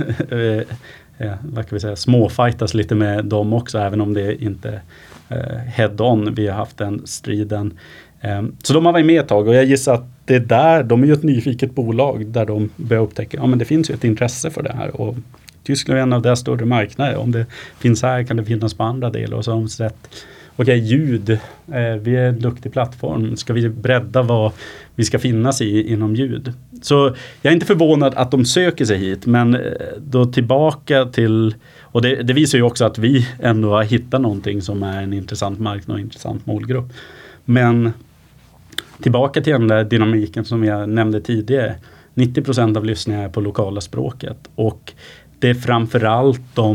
eh, vad kan vi säga, småfightas lite med dem också även om det inte eh, head-on vi har haft den striden. Så de har varit med ett tag och jag gissar att det är där, de är ju ett nyfiket bolag där de börjar upptäcka, ja men det finns ju ett intresse för det här och Tyskland är en av deras större marknader, om det finns här kan det finnas på andra delar och så har de sett, okej okay, ljud, eh, vi är en duktig plattform, ska vi bredda vad vi ska finnas i inom ljud. Så jag är inte förvånad att de söker sig hit men då tillbaka till, och det, det visar ju också att vi ändå har hittat någonting som är en intressant marknad och en intressant målgrupp. Men tillbaka till den där dynamiken som jag nämnde tidigare. nittio procent av lyssningar är på lokala språket. Och det är framförallt de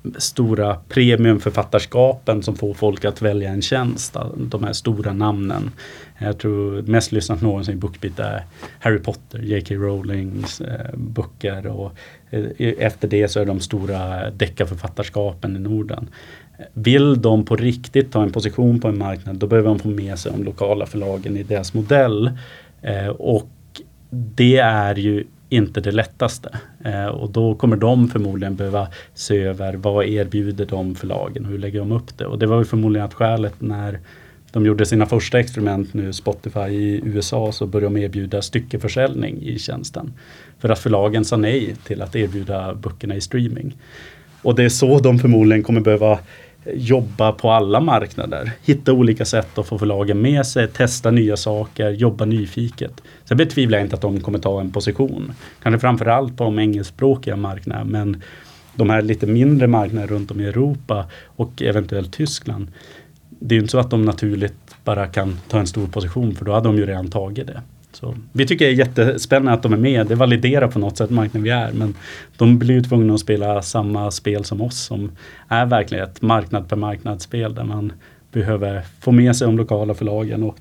stora premiumförfattarskapen som får folk att välja en tjänst. De här stora namnen. Jag tror mest lyssnat någonsin i BookBeat är Harry Potter, J K Rowlings eh, böcker. Och eh, efter det så är de stora deckarförfattarskapen i Norden. Vill de på riktigt ta en position på en marknad, då behöver de få med sig de lokala förlagen i deras modell. Eh, och det är ju inte det lättaste. Eh, och då kommer de förmodligen behöva se över vad erbjuder de förlagen och hur lägger de upp det. Och det var ju förmodligen att skälet när de gjorde sina första experiment nu, Spotify i U S A, så började de erbjuda styckeförsäljning i tjänsten. För att förlagen sa nej till att erbjuda böckerna i streaming. Och det är så de förmodligen kommer behöva jobba på alla marknader. Hitta olika sätt att få förlagen med sig, testa nya saker, jobba nyfiket. Så jag betvivlar inte att de kommer ta en position. Kanske framförallt på de engelskspråkiga marknaderna, men de här lite mindre marknaderna runt om i Europa och eventuellt Tyskland, det är ju inte så att de naturligt bara kan ta en stor position, för då hade de ju redan tagit det. Så vi tycker det är jättespännande att de är med. Det validerar på något sätt marknaden vi är. Men de blir ju tvungna att spela samma spel som oss, som är verkligen ett marknad per marknadsspel där man behöver få med sig de lokala förlagen och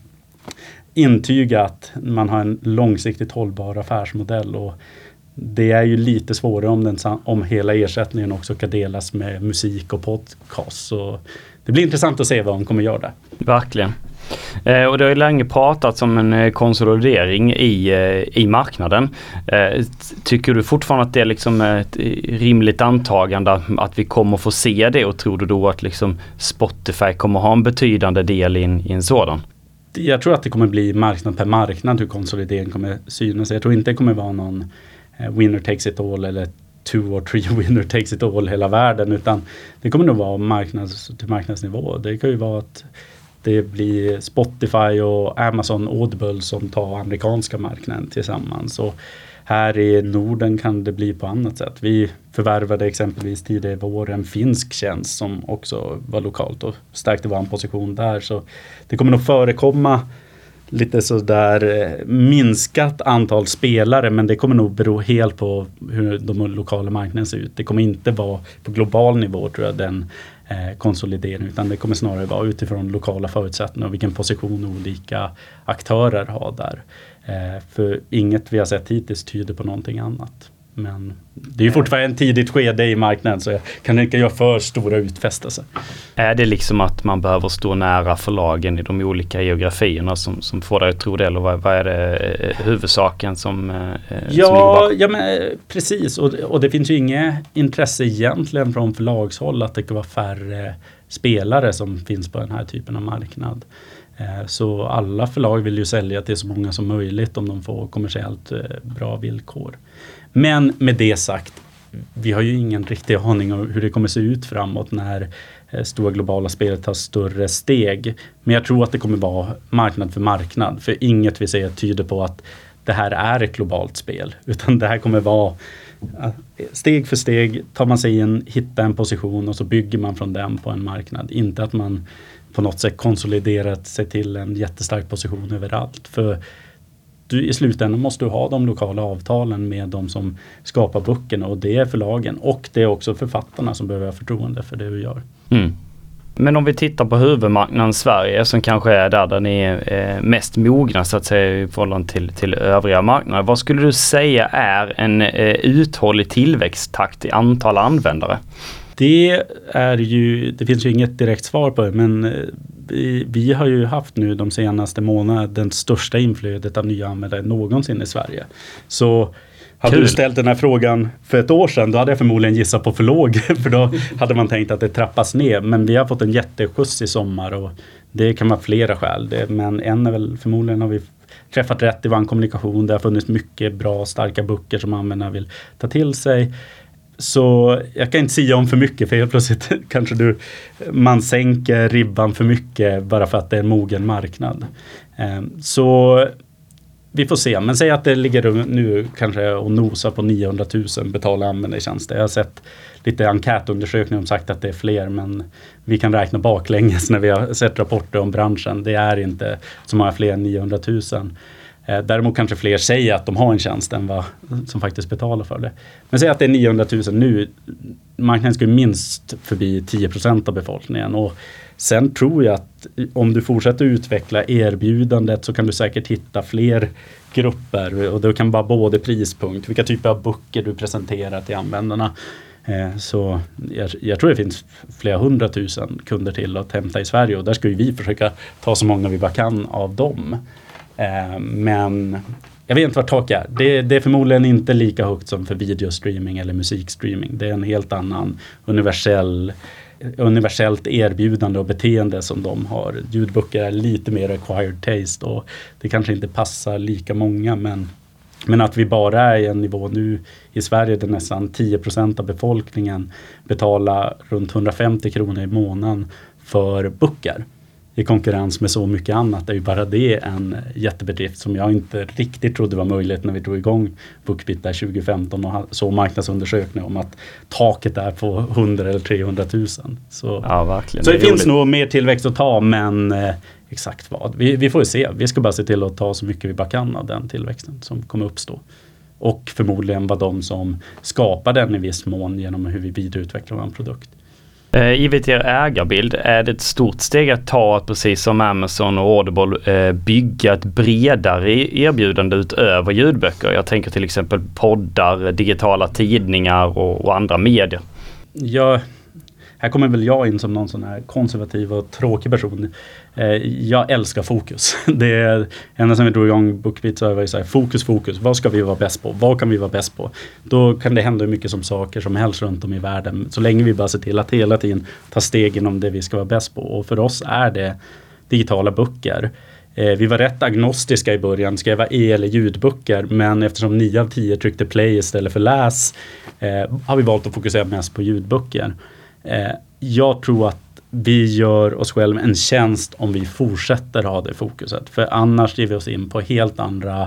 intyga att man har en långsiktigt hållbar affärsmodell. Och det är ju lite svårare om, den, om hela ersättningen också kan delas med musik och podcast. Så det blir intressant att se vad de kommer göra där. Verkligen. Eh, och det har ju länge pratats om en eh, konsolidering i, eh, i marknaden. Eh, tycker du fortfarande att det är liksom ett rimligt antagande att vi kommer få se det, och tror du då att liksom Spotify kommer ha en betydande del in, i en sådan? Jag tror att det kommer bli marknad per marknad hur konsolidering kommer synas. Jag tror inte det kommer vara någon eh, winner takes it all eller two or three winner takes it all hela världen, utan det kommer nog vara marknads, till marknadsnivå. Det kan ju vara att det blir Spotify och Amazon Audible som tar amerikanska marknaden tillsammans. Och här i Norden kan det bli på annat sätt. Vi förvärvade exempelvis tidigare i vår en finsk tjänst som också var lokalt och stärkte vår position där. Så det kommer nog förekomma lite sådär minskat antal spelare, men det kommer nog bero helt på hur de lokala marknaden ser ut. Det kommer inte vara på global nivå, tror jag, den eh, konsolidering, utan det kommer snarare vara utifrån lokala förutsättningar och vilken position olika aktörer har där. Eh, för inget vi har sett hittills tyder på någonting annat. Men det är ju fortfarande en tidigt skede i marknaden, så jag kan inte göra för stora utfästelser. Är det liksom att man behöver stå nära förlagen i de olika geografierna som, som får dig att tro det? Eller vad, vad är det huvudsaken som, eh, ja, som ja, men precis. Och, och det finns ju inget intresse egentligen från förlagshåll att det kan vara färre spelare som finns på den här typen av marknad. Eh, så alla förlag vill ju sälja till så många som möjligt om de får kommersiellt eh, bra villkor. Men med det sagt, vi har ju ingen riktig aning om hur det kommer se ut framåt när eh, stora globala spel tar större steg. Men jag tror att det kommer vara marknad för marknad. För inget vi ser tyder på att det här är ett globalt spel. Utan det här kommer vara eh, steg för steg tar man sig in, hittar en position och så bygger man från den på en marknad. Inte att man på något sätt konsoliderat sig till en jättestark position överallt. För du, i slutändan måste du ha de lokala avtalen med de som skapar böckerna, och det är förlagen och det är också författarna som behöver ha förtroende för det vi gör. Mm. Men om vi tittar på huvudmarknaden Sverige, som kanske är där, där ni är mest mogna så att säga i förhållande till, till övriga marknader. Vad skulle du säga är en eh, uthållig tillväxttakt i antal användare? Det är ju, det finns ju inget direkt svar på det, men vi, vi har ju haft nu de senaste månaderna den största inflödet av nya användare någonsin i Sverige. Så hade Kul. du ställt den här frågan för ett år sedan, då hade jag förmodligen gissat på för låg, för då hade man tänkt att det trappas ner. Men vi har fått en jätteskjuts i sommar och det kan vara flera skäl. Det, men en är väl förmodligen har vi träffat rätt i vår kommunikation. Det har funnits mycket bra, starka böcker som användare vill ta till sig. Så jag kan inte säga om för mycket, för helt plötsligt kanske du, man sänker ribban för mycket bara för att det är en mogen marknad. Så vi får se, men säg att det ligger nu kanske och nosar på niohundratusen betalda användartjänster. Jag har sett lite enkätundersökningar som sagt att det är fler, men vi kan räkna baklänges när vi har sett rapporter om branschen. Det är inte så många fler än niohundratusen. Eh, däremot kanske fler säger att de har en tjänst än vad som faktiskt betalar för det. Men säg att det är niohundratusen nu. Marknaden ska ju minst förbi tio procent av befolkningen. Och sen tror jag att om du fortsätter utveckla erbjudandet så kan du säkert hitta fler grupper. Och då kan vara både prispunkt, vilka typer av böcker du presenterar till användarna. Eh, så jag, jag tror det finns flera hundratusen kunder till att hämta i Sverige. Och där ska ju vi försöka ta så många vi bara kan av dem. Eh, men jag vet inte vad tak är. Det, det är förmodligen inte lika högt som för videostreaming eller musikstreaming. Det är en helt annan universell, universellt erbjudande och beteende som de har. Ljudböcker är lite mer acquired taste och det kanske inte passar lika många. Men, men att vi bara är i en nivå nu i Sverige där nästan tio procent av befolkningen betalar runt hundrafemtio kronor i månaden för böcker. I konkurrens med så mycket annat är ju bara det en jättebedrift som jag inte riktigt trodde var möjligt när vi drog igång BookBeat där tjugo femton och så marknadsundersökning om att taket är på hundra eller trehundratusen. Så, ja, verkligen. Så det, det finns roligt. nog mer tillväxt att ta, men eh, exakt vad. Vi, vi får ju se. Vi ska bara se till att ta så mycket vi bara kan av den tillväxten som kommer uppstå. Och förmodligen vara de som skapar den i viss mån genom hur vi vidareutvecklar vår produkt. Givet er ägarbild, är det ett stort steg att ta att precis som Amazon och Audible bygga ett bredare erbjudande utöver ljudböcker? Jag tänker till exempel poddar, digitala tidningar och, och andra medier. Ja, här kommer väl jag in som någon sån här konservativ och tråkig person. Jag älskar fokus. Det är ända som vi drog igång BookBeat så var det så här, fokus, fokus. Vad ska vi vara bäst på? Vad kan vi vara bäst på? Då kan det hända mycket som saker som helst runt om i världen. Så länge vi bara ser till att hela tiden ta steg inom det vi ska vara bäst på. Och för oss är det digitala böcker. Vi var rätt agnostiska i början, ska jag vara e- eller ljudböcker, men eftersom nio av tio tryckte play istället för läs har vi valt att fokusera mest på ljudböcker. Jag tror att vi gör oss själva en tjänst om vi fortsätter ha det fokuset. För annars ger vi oss in på helt andra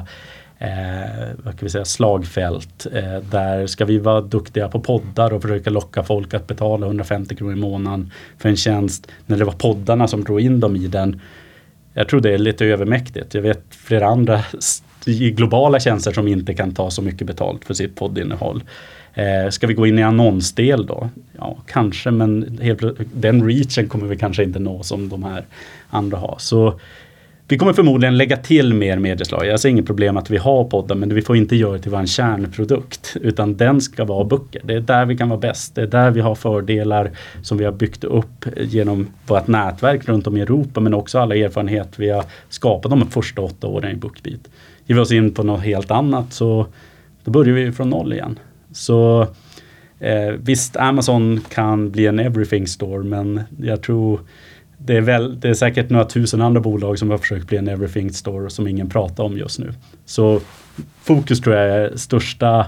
eh, vad kan vi säga, slagfält. Eh, där ska vi vara duktiga på poddar och försöka locka folk att betala hundrafemtio kronor i månaden för en tjänst. När det var poddarna som drog in dem i den. Jag tror det är lite övermäktigt. Jag vet flera andra st- globala tjänster som inte kan ta så mycket betalt för sitt poddinnehåll. Eh, ska vi gå in i annonsdel då? Ja, kanske, men helt, den reachen kommer vi kanske inte nå som de här andra har. Så vi kommer förmodligen lägga till mer medieslag. Jag ser inget problem att vi har poddar, men vi får inte göra det till vår kärnprodukt. Utan den ska vara böcker. Det är där vi kan vara bäst. Det är där vi har fördelar som vi har byggt upp genom vårt nätverk runt om i Europa. Men också alla erfarenheter vi har skapat de första åtta åren i BookBeat. Ger vi oss in på något helt annat så då börjar vi från noll igen. Så eh, visst, Amazon kan bli en everything store, men jag tror det är, väl, det är säkert några tusen andra bolag som har försökt bli en everything store som ingen pratar om just nu. Så fokus tror jag är största,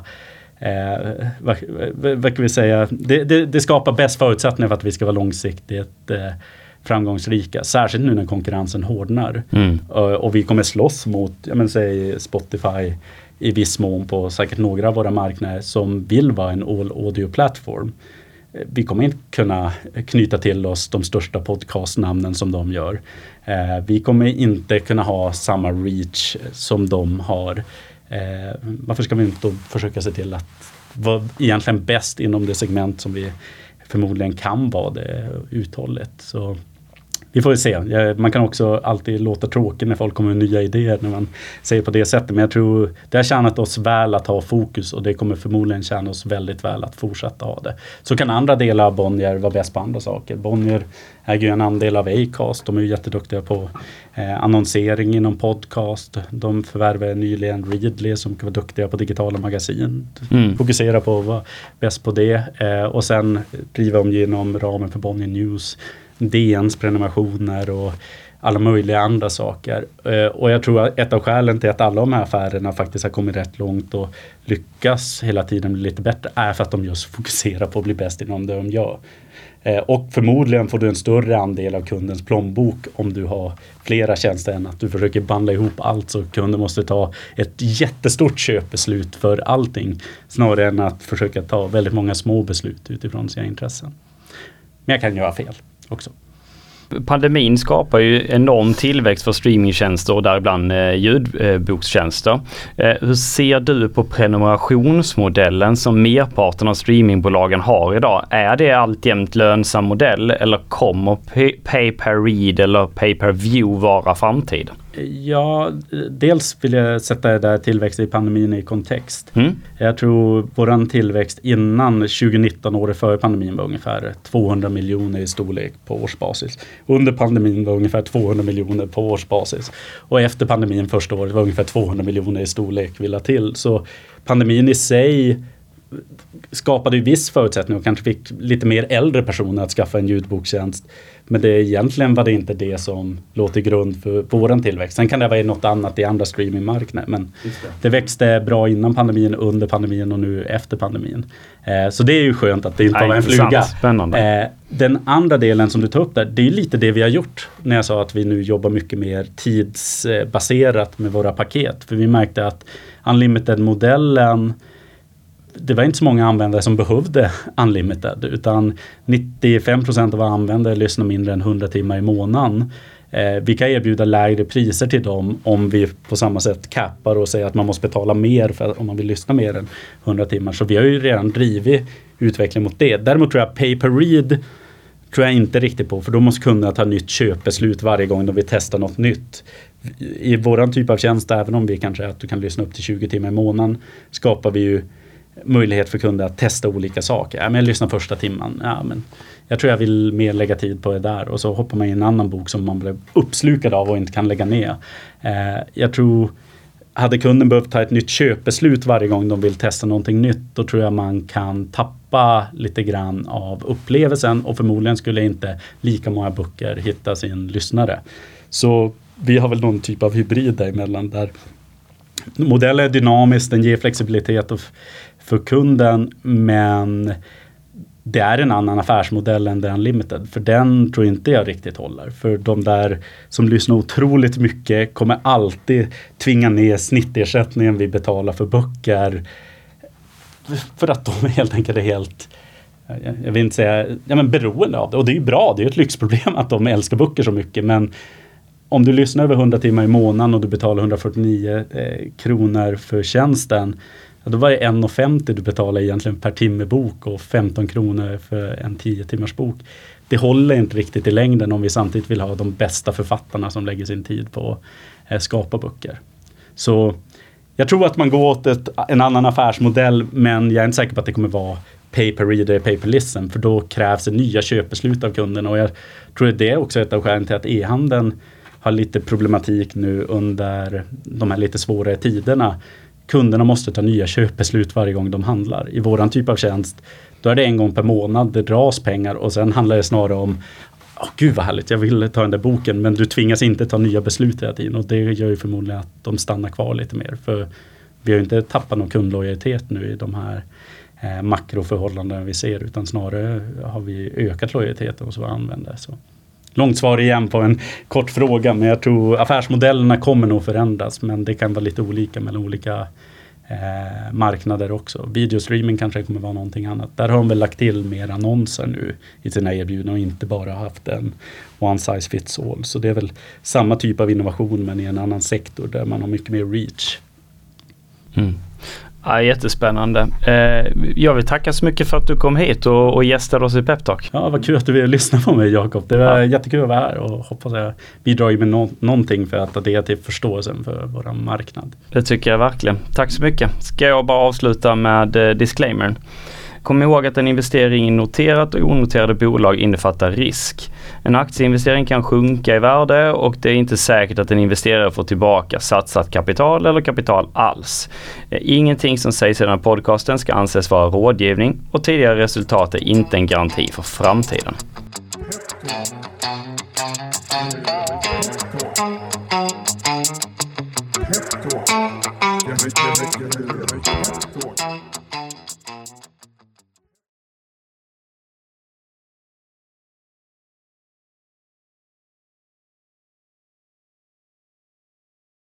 eh, vad, vad kan vi säga, det, det, det skapar bäst förutsättningar för att vi ska vara långsiktigt eh, framgångsrika. Särskilt nu när konkurrensen hårdnar. Mm. Och, och vi kommer slåss mot, jag menar, säg Spotify i viss mån på säkert några av våra marknader som vill vara en all audio plattform. Vi kommer inte kunna knyta till oss de största podcastnamnen som de gör. Eh, vi kommer inte kunna ha samma reach som de har. Eh, varför ska vi inte då försöka se till att vara egentligen bäst inom det segment som vi förmodligen kan vara det uthålligt. Så vi får se. Man kan också alltid låta tråkigt när folk kommer med nya idéer när man säger på det sättet. Men jag tror det har tjänat oss väl att ha fokus och det kommer förmodligen tjäna oss väldigt väl att fortsätta ha det. Så kan andra delar av Bonnier vara bäst på andra saker. Bonnier äger ju en andel av Acast. De är ju jätteduktiga på eh, annonsering inom podcast. De förvärvade nyligen Readly som kan vara duktiga på digitala magasin. Mm. Fokusera på att vara bäst på det. Eh, och sen driva dem genom ramen för Bonnier News. D N:s prenumerationer och alla möjliga andra saker. Uh, och jag tror att ett av skälen till att alla de här affärerna faktiskt har kommit rätt långt och lyckas hela tiden bli lite bättre är för att de just fokuserar på att bli bäst inom det de gör. Uh, och förmodligen får du en större andel av kundens plånbok om du har flera tjänster än att du försöker bandla ihop allt så kunden måste ta ett jättestort köpbeslut för allting snarare än att försöka ta väldigt många små beslut utifrån sina intressen. Men jag kan göra fel också. Pandemin skapar ju enorm tillväxt för streamingtjänster och däribland eh, ljudbokstjänster. Eh, hur ser du på prenumerationsmodellen som merparten av streamingbolagen har idag? Är det alltjämt lönsam modell eller kommer pay, pay per read eller pay per view vara framtiden? Ja, dels vill jag sätta det där tillväxt i pandemin i kontext. Mm. Jag tror våran tillväxt innan tjugonitton, året före pandemin, var ungefär tvåhundra miljoner i storlek på årsbasis. Under pandemin var ungefär tvåhundra miljoner på årsbasis. Och efter pandemin första året var ungefär tvåhundra miljoner i storlek vi la till. Så pandemin i sig skapade ju viss förutsättning och kanske fick lite mer äldre personer att skaffa en ljudbokstjänst. Men det egentligen var det inte det som låg till grund för våran tillväxt. Sen kan det vara något annat i andra streamingmarknader. Men det. det växte bra innan pandemin, under pandemin och nu efter pandemin. Eh, så det är ju skönt att det inte var en fluga. Eh, den andra delen som du tar upp där, det är lite det vi har gjort. När jag sa att vi nu jobbar mycket mer tidsbaserat med våra paket. För vi märkte att Unlimited-modellen, det var inte så många användare som behövde Unlimited, utan nittiofem procent av våra användare lyssnar mindre än hundra timmar i månaden. Eh, vi kan erbjuda lägre priser till dem om vi på samma sätt kappar och säger att man måste betala mer för om man vill lyssna mer än hundra timmar. Så vi har ju redan drivit utveckling mot det. Däremot tror jag pay per read tror jag inte riktigt på, för då måste kunderna ta nytt köpbeslut varje gång de vill testa något nytt. I våran typ av tjänst, även om vi kanske att du kan lyssna upp till tjugo timmar i månaden, skapar vi ju möjlighet för kunder att testa olika saker. Ja, men jag lyssnar första timman. Ja, men jag tror jag vill mer lägga tid på det där. Och så hoppar man i en annan bok som man blir uppslukad av och inte kan lägga ner. Eh, jag tror, hade kunden behövt ta ett nytt köpbeslut varje gång de vill testa någonting nytt, då tror jag man kan tappa lite grann av upplevelsen och förmodligen skulle inte lika många böcker hitta sin lyssnare. Så vi har väl någon typ av hybrid däremellan där modellen är dynamisk, den ger flexibilitet och för kunden, men det är en annan affärsmodell än den Unlimited, för den tror inte jag riktigt håller. För de där som lyssnar otroligt mycket kommer alltid tvinga ner snittersättningen vi betalar för böcker, för att de helt enkelt är helt, jag vill inte säga, ja, men beroende av det. Och det är ju bra, det är ett lyxproblem att de älskar böcker så mycket, men om du lyssnar över hundra timmar i månaden och du betalar hundrafyrtionio eh, kronor för tjänsten, ja, då var det en krona femtio du betalar egentligen per timme bok och femton kronor för en tio timmars bok. Det håller inte riktigt i längden om vi samtidigt vill ha de bästa författarna som lägger sin tid på att eh, skapa böcker. Så jag tror att man går åt ett, en annan affärsmodell, men jag är inte säker på att det kommer vara pay per reader, pay per listen, för då krävs det nya köpbeslut av kunderna. Och jag tror att det är också ett av skälen till att e-handeln har lite problematik nu under de här lite svårare tiderna. Kunderna måste ta nya köpbeslut varje gång de handlar. I våran typ av tjänst, då är det en gång per månad, det dras pengar och sen handlar det snarare om, åh gud vad härligt, jag vill ta den där boken, men du tvingas inte ta nya beslut hela tiden, och det gör ju förmodligen att de stannar kvar lite mer. För vi har ju inte tappat någon kundlojalitet nu i de här eh, makroförhållandena vi ser, utan snarare har vi ökat lojaliteten hos våra användare. Så. Långt svar igen på en kort fråga, men jag tror affärsmodellerna kommer nog förändras, men det kan vara lite olika mellan olika eh, marknader också. Videostreaming kanske kommer vara någonting annat. Där har de väl lagt till mer annonser nu i sina erbjudanden och inte bara haft en one size fits all. Så det är väl samma typ av innovation, men i en annan sektor där man har mycket mer reach. Mm. Ja, jättespännande. Eh, jag vill tacka så mycket för att du kom hit och, och gästade oss i Peptalk. Ja, vad kul att du vill lyssna på mig, Jakob. Det var ja. jättekul att vara här och hoppas jag bidrar med no- någonting för att addera till förståelsen för vår marknad. Det tycker jag verkligen. Tack så mycket. Ska jag bara avsluta med eh, disclaimern. Kom ihåg att en investering i noterat och onoterade bolag innefattar risk. En aktieinvestering kan sjunka i värde och det är inte säkert att en investerare får tillbaka satsat kapital eller kapital alls. Ingenting som sägs i den här podcasten ska anses vara rådgivning och tidigare resultat är inte en garanti för framtiden. Pep Talk.